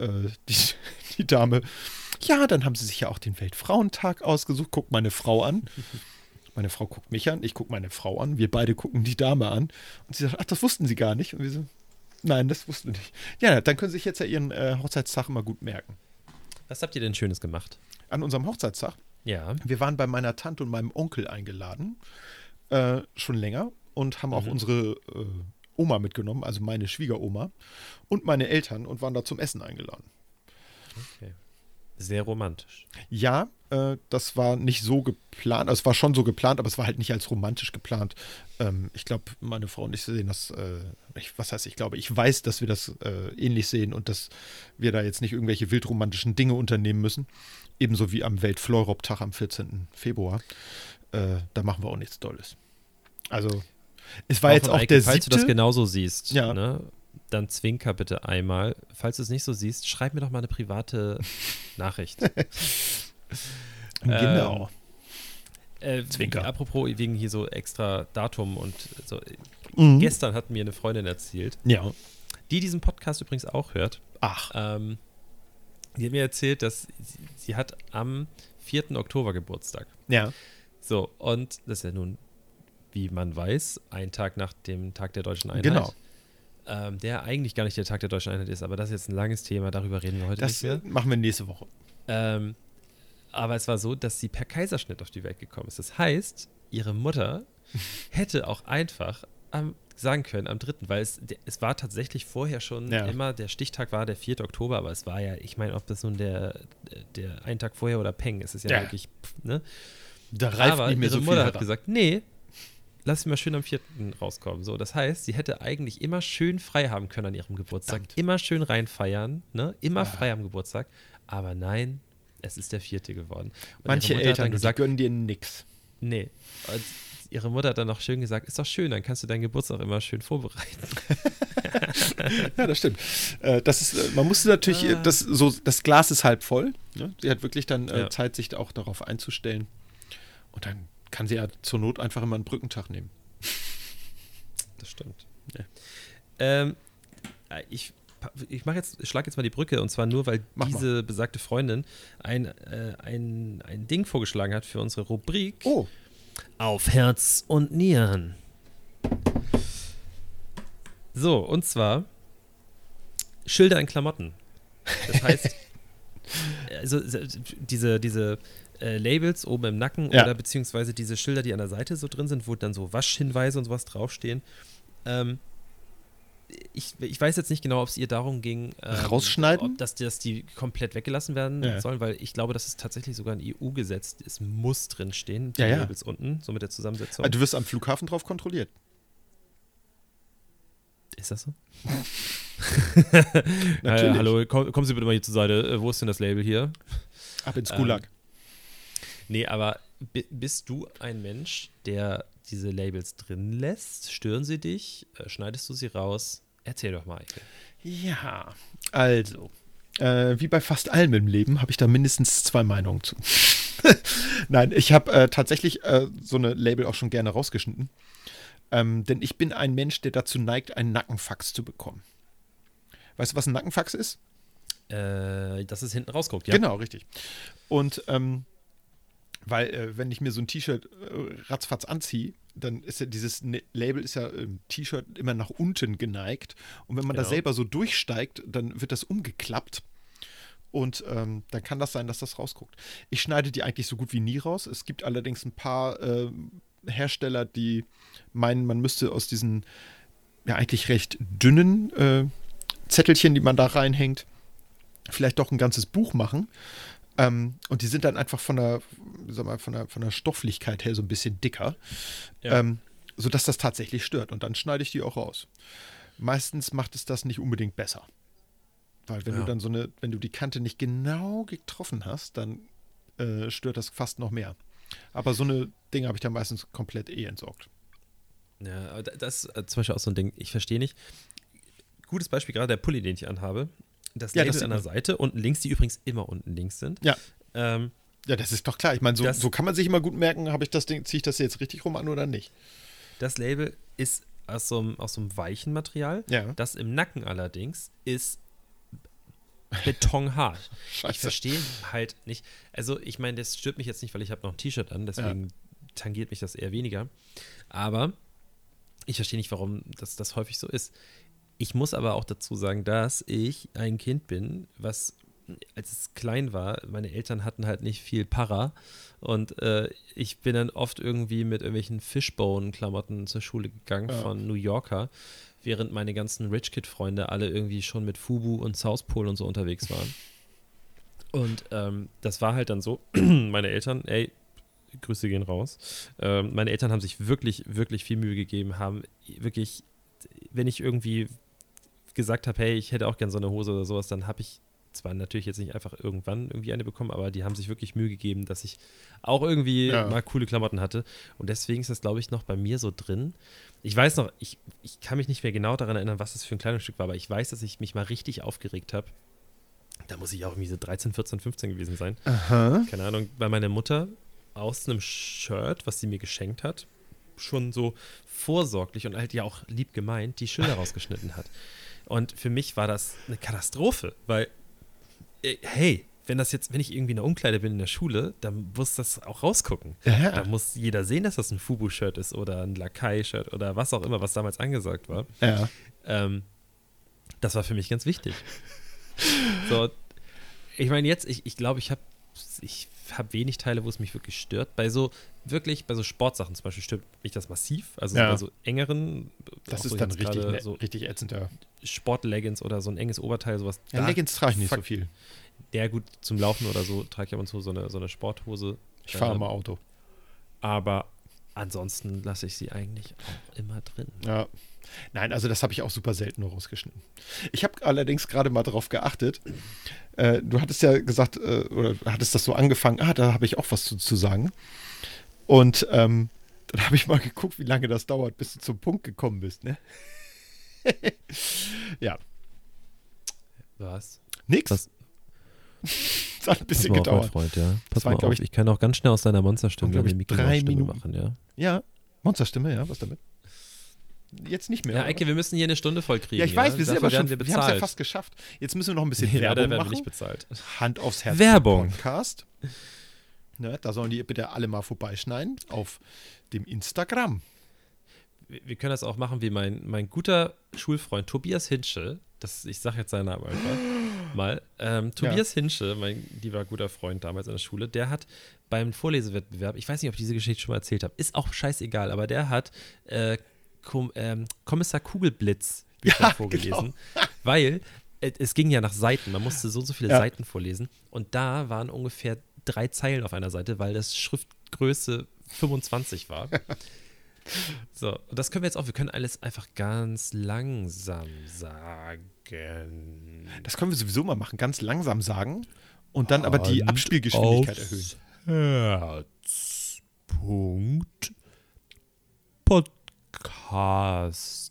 die Dame, ja, dann haben sie sich ja auch den Weltfrauentag ausgesucht. Guckt meine Frau an. Meine Frau guckt mich an, ich gucke meine Frau an. Wir beide gucken die Dame an. Und sie sagt, ach, das wussten sie gar nicht. Und wir so, nein, das wussten wir nicht. Ja, dann können sie sich jetzt ja ihren Hochzeitstag immer gut merken. Was habt ihr denn Schönes gemacht? An unserem Hochzeitstag? Ja. Wir waren bei meiner Tante und meinem Onkel eingeladen, schon länger, und haben auch unsere Oma mitgenommen, also meine Schwiegeroma und meine Eltern, und waren da zum Essen eingeladen. Okay. Sehr romantisch. Ja, das war nicht so geplant. Also es war schon so geplant, aber es war halt nicht als romantisch geplant. Ich glaube, meine Frau und ich sehen das, ich weiß, dass wir das ähnlich sehen und dass wir da jetzt nicht irgendwelche wildromantischen Dinge unternehmen müssen. Ebenso wie am Welt-Fleurop-Tag am 14. Februar. Da machen wir auch nichts Dolles. Also, es war jetzt auch Eike, der falls 7. du das genauso siehst, Ja. ne, dann zwinker bitte einmal. Falls du es nicht so siehst, schreib mir doch mal eine private Nachricht. Genau. Zwinker. Apropos wegen hier so extra Datum und so. Mhm. Gestern hat mir eine Freundin erzählt, Ja. die diesen Podcast übrigens auch hört. Ach. Die hat mir erzählt, dass sie hat am 4. Oktober Geburtstag. Ja. So, und das ist ja nun, wie man weiß, ein Tag nach dem Tag der Deutschen Einheit. Genau. Der eigentlich gar nicht der Tag der Deutschen Einheit ist, aber das ist jetzt ein langes Thema, darüber reden wir heute Das nicht mehr. machen wir nächste Woche. Aber es war so, dass sie per Kaiserschnitt auf die Welt gekommen ist. Das heißt, ihre Mutter hätte auch einfach sagen können am 3., weil es war tatsächlich vorher schon immer, der Stichtag war der 4. Oktober, aber es war ja, ich meine, ob das nun der einen Tag vorher oder Peng ist, ist ja wirklich, ne? Da reift aber nicht mehr ihre so viel Mutter hat heran. gesagt, nee, lass sie mal schön am 4. rauskommen. So, das heißt, sie hätte eigentlich immer schön frei haben können an ihrem Geburtstag, immer schön reinfeiern, ne? Immer frei am Geburtstag, aber nein, es ist der 4. geworden. Und Manche ihre Mutter hat Eltern, dann gesagt, die gönnen dir nix. nee. Und ihre Mutter hat dann noch schön gesagt, ist doch schön, dann kannst du deinen Geburtstag immer schön vorbereiten. Ja, das stimmt. Man musste natürlich, das Glas ist halb voll. Ne? Sie hat wirklich dann Zeit, sich auch darauf einzustellen. Und dann kann sie ja zur Not einfach immer einen Brückentag nehmen. Das stimmt. Ja. Ich schlage jetzt mal die Brücke, und zwar nur, weil diese besagte Freundin ein Ding vorgeschlagen hat für unsere Rubrik. Oh. Auf Herz und Nieren. So, und zwar Schilder in Klamotten. Das heißt, also diese Labels oben im Nacken oder beziehungsweise diese Schilder, die an der Seite so drin sind, wo dann so Waschhinweise und sowas draufstehen. Ich weiß jetzt nicht genau, ob es ihr darum ging, rausschneiden? ob dass die komplett weggelassen werden sollen, weil ich glaube, das ist tatsächlich sogar ein EU-Gesetz. Es muss drin stehen, die Labels unten, so mit der Zusammensetzung. Du wirst am Flughafen drauf kontrolliert. Ist das so? Natürlich. Hallo, kommen Sie bitte mal hier zur Seite. Wo ist denn das Label hier? Ab ins Gulag. Nee, aber bist du ein Mensch, der diese Labels drin lässt? Stören sie dich? Schneidest du sie raus? Erzähl doch mal, Eike. Ja, also, wie bei fast allem im Leben habe ich da mindestens 2 Meinungen zu. Nein, ich habe tatsächlich so eine Label auch schon gerne rausgeschnitten. Denn ich bin ein Mensch, der dazu neigt, einen Nackenfax zu bekommen. Weißt du, was ein Nackenfax ist? Dass es hinten rausguckt, ja. Genau, richtig. Und weil, wenn ich mir so ein T-Shirt ratzfatz anziehe, dann ist ja dieses Label ist ja im T-Shirt immer nach unten geneigt. Und wenn man da selber so durchsteigt, dann wird das umgeklappt. Und dann kann das sein, dass das rausguckt. Ich schneide die eigentlich so gut wie nie raus. Es gibt allerdings ein paar Hersteller, die meinen, man müsste aus diesen eigentlich recht dünnen Zettelchen, die man da reinhängt, vielleicht doch ein ganzes Buch machen. Und die sind dann einfach von der Stofflichkeit her so ein bisschen dicker, sodass das tatsächlich stört. Und dann schneide ich die auch raus. Meistens macht es das nicht unbedingt besser. Weil wenn du dann wenn du die Kante nicht genau getroffen hast, dann stört das fast noch mehr. Aber so eine Dinge habe ich dann meistens komplett entsorgt. Ja, aber das ist zum Beispiel auch so ein Ding, ich verstehe nicht. Gutes Beispiel, gerade der Pulli, den ich anhabe. Das Label an der Seite, unten links, die übrigens immer unten links sind. Ja. Ja, das ist doch klar. Ich meine, so kann man sich immer gut merken, ziehe ich das jetzt richtig rum an oder nicht. Das Label ist aus so einem weichen Material. Ja. Das im Nacken allerdings ist betonhart. Scheiße. Ich verstehe halt nicht. Also, ich meine, das stört mich jetzt nicht, weil ich habe noch ein T-Shirt an, deswegen tangiert mich das eher weniger. Aber ich verstehe nicht, warum das häufig so ist. Ich muss aber auch dazu sagen, dass ich ein Kind bin, was, als es klein war, meine Eltern hatten halt nicht viel Para und ich bin dann oft irgendwie mit irgendwelchen Fishbone-Klamotten zur Schule gegangen von New Yorker, während meine ganzen Rich Kid-Freunde alle irgendwie schon mit Fubu und South Pole und so unterwegs waren. Und das war halt dann so, meine Eltern, Grüße gehen raus, meine Eltern haben sich wirklich, wirklich viel Mühe gegeben, haben wirklich, wenn ich irgendwie gesagt habe, hey, ich hätte auch gern so eine Hose oder sowas, dann habe ich zwar natürlich jetzt nicht einfach irgendwann irgendwie eine bekommen, aber die haben sich wirklich Mühe gegeben, dass ich auch irgendwie mal coole Klamotten hatte. Und deswegen ist das, glaube ich, noch bei mir so drin. Ich weiß noch, ich kann mich nicht mehr genau daran erinnern, was das für ein Kleidungsstück war, aber ich weiß, dass ich mich mal richtig aufgeregt habe. Da muss ich auch irgendwie so 13, 14, 15 gewesen sein. Aha. Keine Ahnung, weil meine Mutter aus einem Shirt, was sie mir geschenkt hat, schon so vorsorglich und halt ja auch lieb gemeint, die Schilder rausgeschnitten hat. Und für mich war das eine Katastrophe, weil hey, wenn ich irgendwie in der Umkleide bin in der Schule, dann muss das auch rausgucken. Ja. Da muss jeder sehen, dass das ein Fubu-Shirt ist oder ein Lakai-Shirt oder was auch immer, was damals angesagt war. Ja. Das war für mich ganz wichtig. So, ich meine jetzt, ich glaube, ich habe wenig Teile, wo es mich wirklich stört. Bei so Sportsachen zum Beispiel stört mich das massiv. Also bei so engeren. Das ist dann richtig ätzend, ja. Sport-Leggings oder so ein enges Oberteil, sowas. Ja, Leggings trage ich nicht so viel. Ja, gut, zum Laufen oder so trage ich ab und zu so eine Sporthose. Ich fahre mal Auto. Aber ansonsten lasse ich sie eigentlich auch immer drin. Ja. Nein, also das habe ich auch super selten nur rausgeschnitten. Ich habe allerdings gerade mal darauf geachtet. Du hattest ja gesagt, oder hattest das so angefangen, da habe ich auch was zu sagen. Und dann habe ich mal geguckt, wie lange das dauert, bis du zum Punkt gekommen bist, ne? Ja. Was? Nix. Was? Das hat ein bisschen Pass mal gedauert. auf, mein Freund, ja. Pass war, mal glaub auf, ich kann auch ganz schnell aus deiner Monsterstimme glaub ich, eine 3 Mickey-Maus-Stimme Minuten. machen, ja. Ja, Monsterstimme, ja, was damit? Jetzt nicht mehr. Ja, Eike, wir müssen hier eine Stunde voll kriegen. Ja, ich weiß, wir sind Dafür aber schon, werden wir haben es ja fast geschafft. Jetzt müssen wir noch ein bisschen Ja, da Werbung werden wir machen. nicht bezahlt. Hand aufs Herz. Werbung. Podcast. Ne, da sollen die bitte alle mal vorbeischneiden auf dem Instagram. Wir können das auch machen wie mein guter Schulfreund Tobias Hinschel. Ich sage jetzt seinen Namen einfach mal. Tobias Hinschel, mein lieber guter Freund damals in der Schule, der hat beim Vorlesewettbewerb, ich weiß nicht, ob ich diese Geschichte schon mal erzählt habe, ist auch scheißegal, aber der hat Kommissar Kugelblitz vorgelesen, weil es ging ja nach Seiten, man musste so viele Seiten vorlesen und da waren ungefähr 3 Zeilen auf einer Seite, weil das Schriftgröße 25 war. So, und das können wir jetzt auch, wir können alles einfach ganz langsam sagen. Das können wir sowieso mal machen, ganz langsam sagen und dann aber die Abspielgeschwindigkeit erhöhen. Podcast.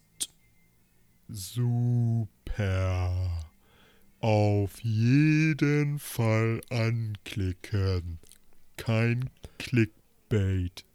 Super. Auf jeden Fall anklicken. Kein Clickbait.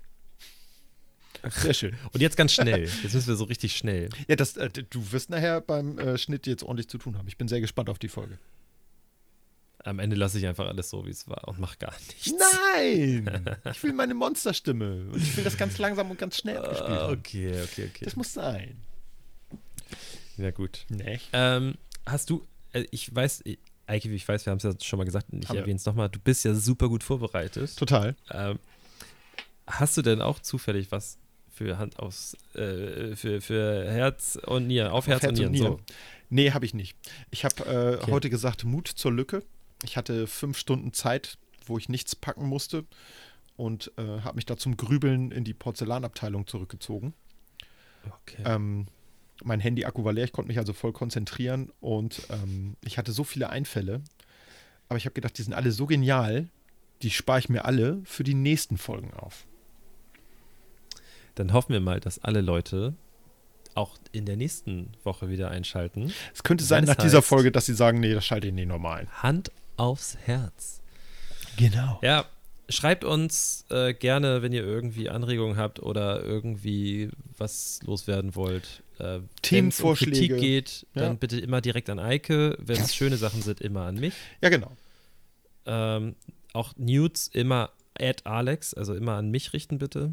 Sehr schön. Und jetzt ganz schnell. Jetzt müssen wir so richtig schnell. Ja, du wirst nachher beim Schnitt jetzt ordentlich zu tun haben. Ich bin sehr gespannt auf die Folge. Am Ende lasse ich einfach alles so, wie es war und mache gar nichts. Nein! Ich will meine Monsterstimme. Und ich will das ganz langsam und ganz schnell abgespielt haben. Okay. Das muss sein. Ja, gut. Nee. Hast du, ich weiß, Eike, wie ich weiß, wir haben es ja schon mal gesagt, und ich Haben wir. erwähne es nochmal, du bist ja super gut vorbereitet. Total. Hast du denn auch zufällig was für Hand aufs, für Herz und Nieren, auf Herz und Nieren? So. Nee, habe ich nicht. Ich habe heute gesagt, Mut zur Lücke. Ich hatte 5 Stunden Zeit, wo ich nichts packen musste und habe mich da zum Grübeln in die Porzellanabteilung zurückgezogen. Okay. Mein Handy-Akku war leer, ich konnte mich also voll konzentrieren und ich hatte so viele Einfälle, aber ich habe gedacht, die sind alle so genial, die spare ich mir alle für die nächsten Folgen auf. Dann hoffen wir mal, dass alle Leute auch in der nächsten Woche wieder einschalten. Es könnte sein nach dieser Folge, dass sie sagen, nee, das schalte ich nicht normal ein. Hand aufs Herz. Genau. Ja, schreibt uns gerne, wenn ihr irgendwie Anregungen habt oder irgendwie was loswerden wollt. Themenvorschläge. Wenn es um Kritik geht, dann bitte immer direkt an Eike. Wenn es schöne Sachen sind, immer an mich. Ja, genau. Auch Nudes immer @Alex, also immer an mich richten, bitte.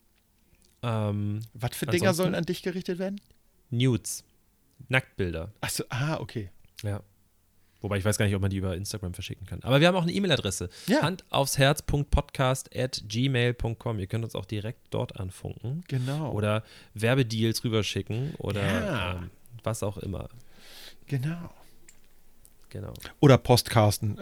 Was für Dinger sollen an dich gerichtet werden? Nudes. Nacktbilder. Achso, okay. Ja. Wobei ich weiß gar nicht, ob man die über Instagram verschicken kann. Aber wir haben auch eine E-Mail-Adresse. Ja. handaufsherz.podcast@gmail.com. Ihr könnt uns auch direkt dort anfunken. Genau. Oder Werbedeals rüberschicken oder was auch immer. Genau. Genau. Oder Postkarten.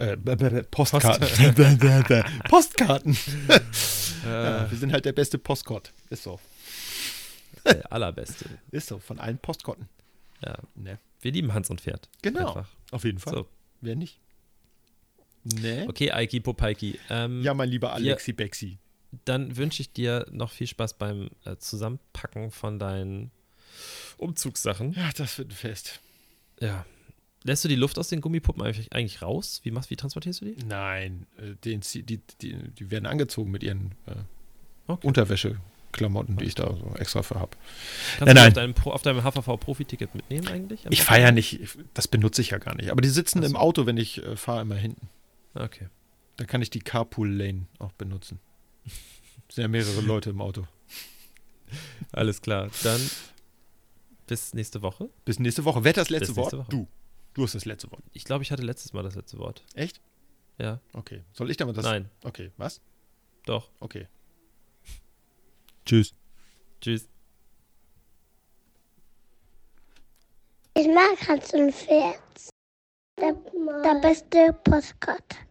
Postkarten. Ja, wir sind halt der beste Postkort. Ist so. Der allerbeste. Ist so, von allen Postkarten. Ja. Ne. Wir lieben Hans und Pferd. Genau. Einfach. Auf jeden Fall. So. Wer nicht? Ne? Okay, Eiki Popeiki. Ja, mein lieber Alexi Bexi. Dann wünsche ich dir noch viel Spaß beim Zusammenpacken von deinen Umzugssachen. Ja, das wird ein Fest. Ja. Lässt du die Luft aus den Gummipuppen eigentlich raus? Wie transportierst du die? Nein, die werden angezogen mit ihren Okay. Unterwäscheklamotten, die ich da so extra für habe. Kannst Nein. du die auf deinem HVV-Profi-Ticket mitnehmen eigentlich? Ich fahre ja nicht, das benutze ich ja gar nicht. Aber die sitzen Ach so. im Auto, wenn ich fahre, immer hinten. Okay. Da kann ich die Carpool-Lane auch benutzen. Es sind ja mehrere Leute im Auto. Alles klar. Dann bis nächste Woche. Bis nächste Woche. Wer hat das letzte Bis Wort? nächste Woche. Du hast das letzte Wort. Ich glaube, ich hatte letztes Mal das letzte Wort. Echt? Ja. Okay. Soll ich damit das? Nein. Okay, was? Doch. Okay. Tschüss. Tschüss. Ich mag Hans und Pferd. Der beste Postkarte.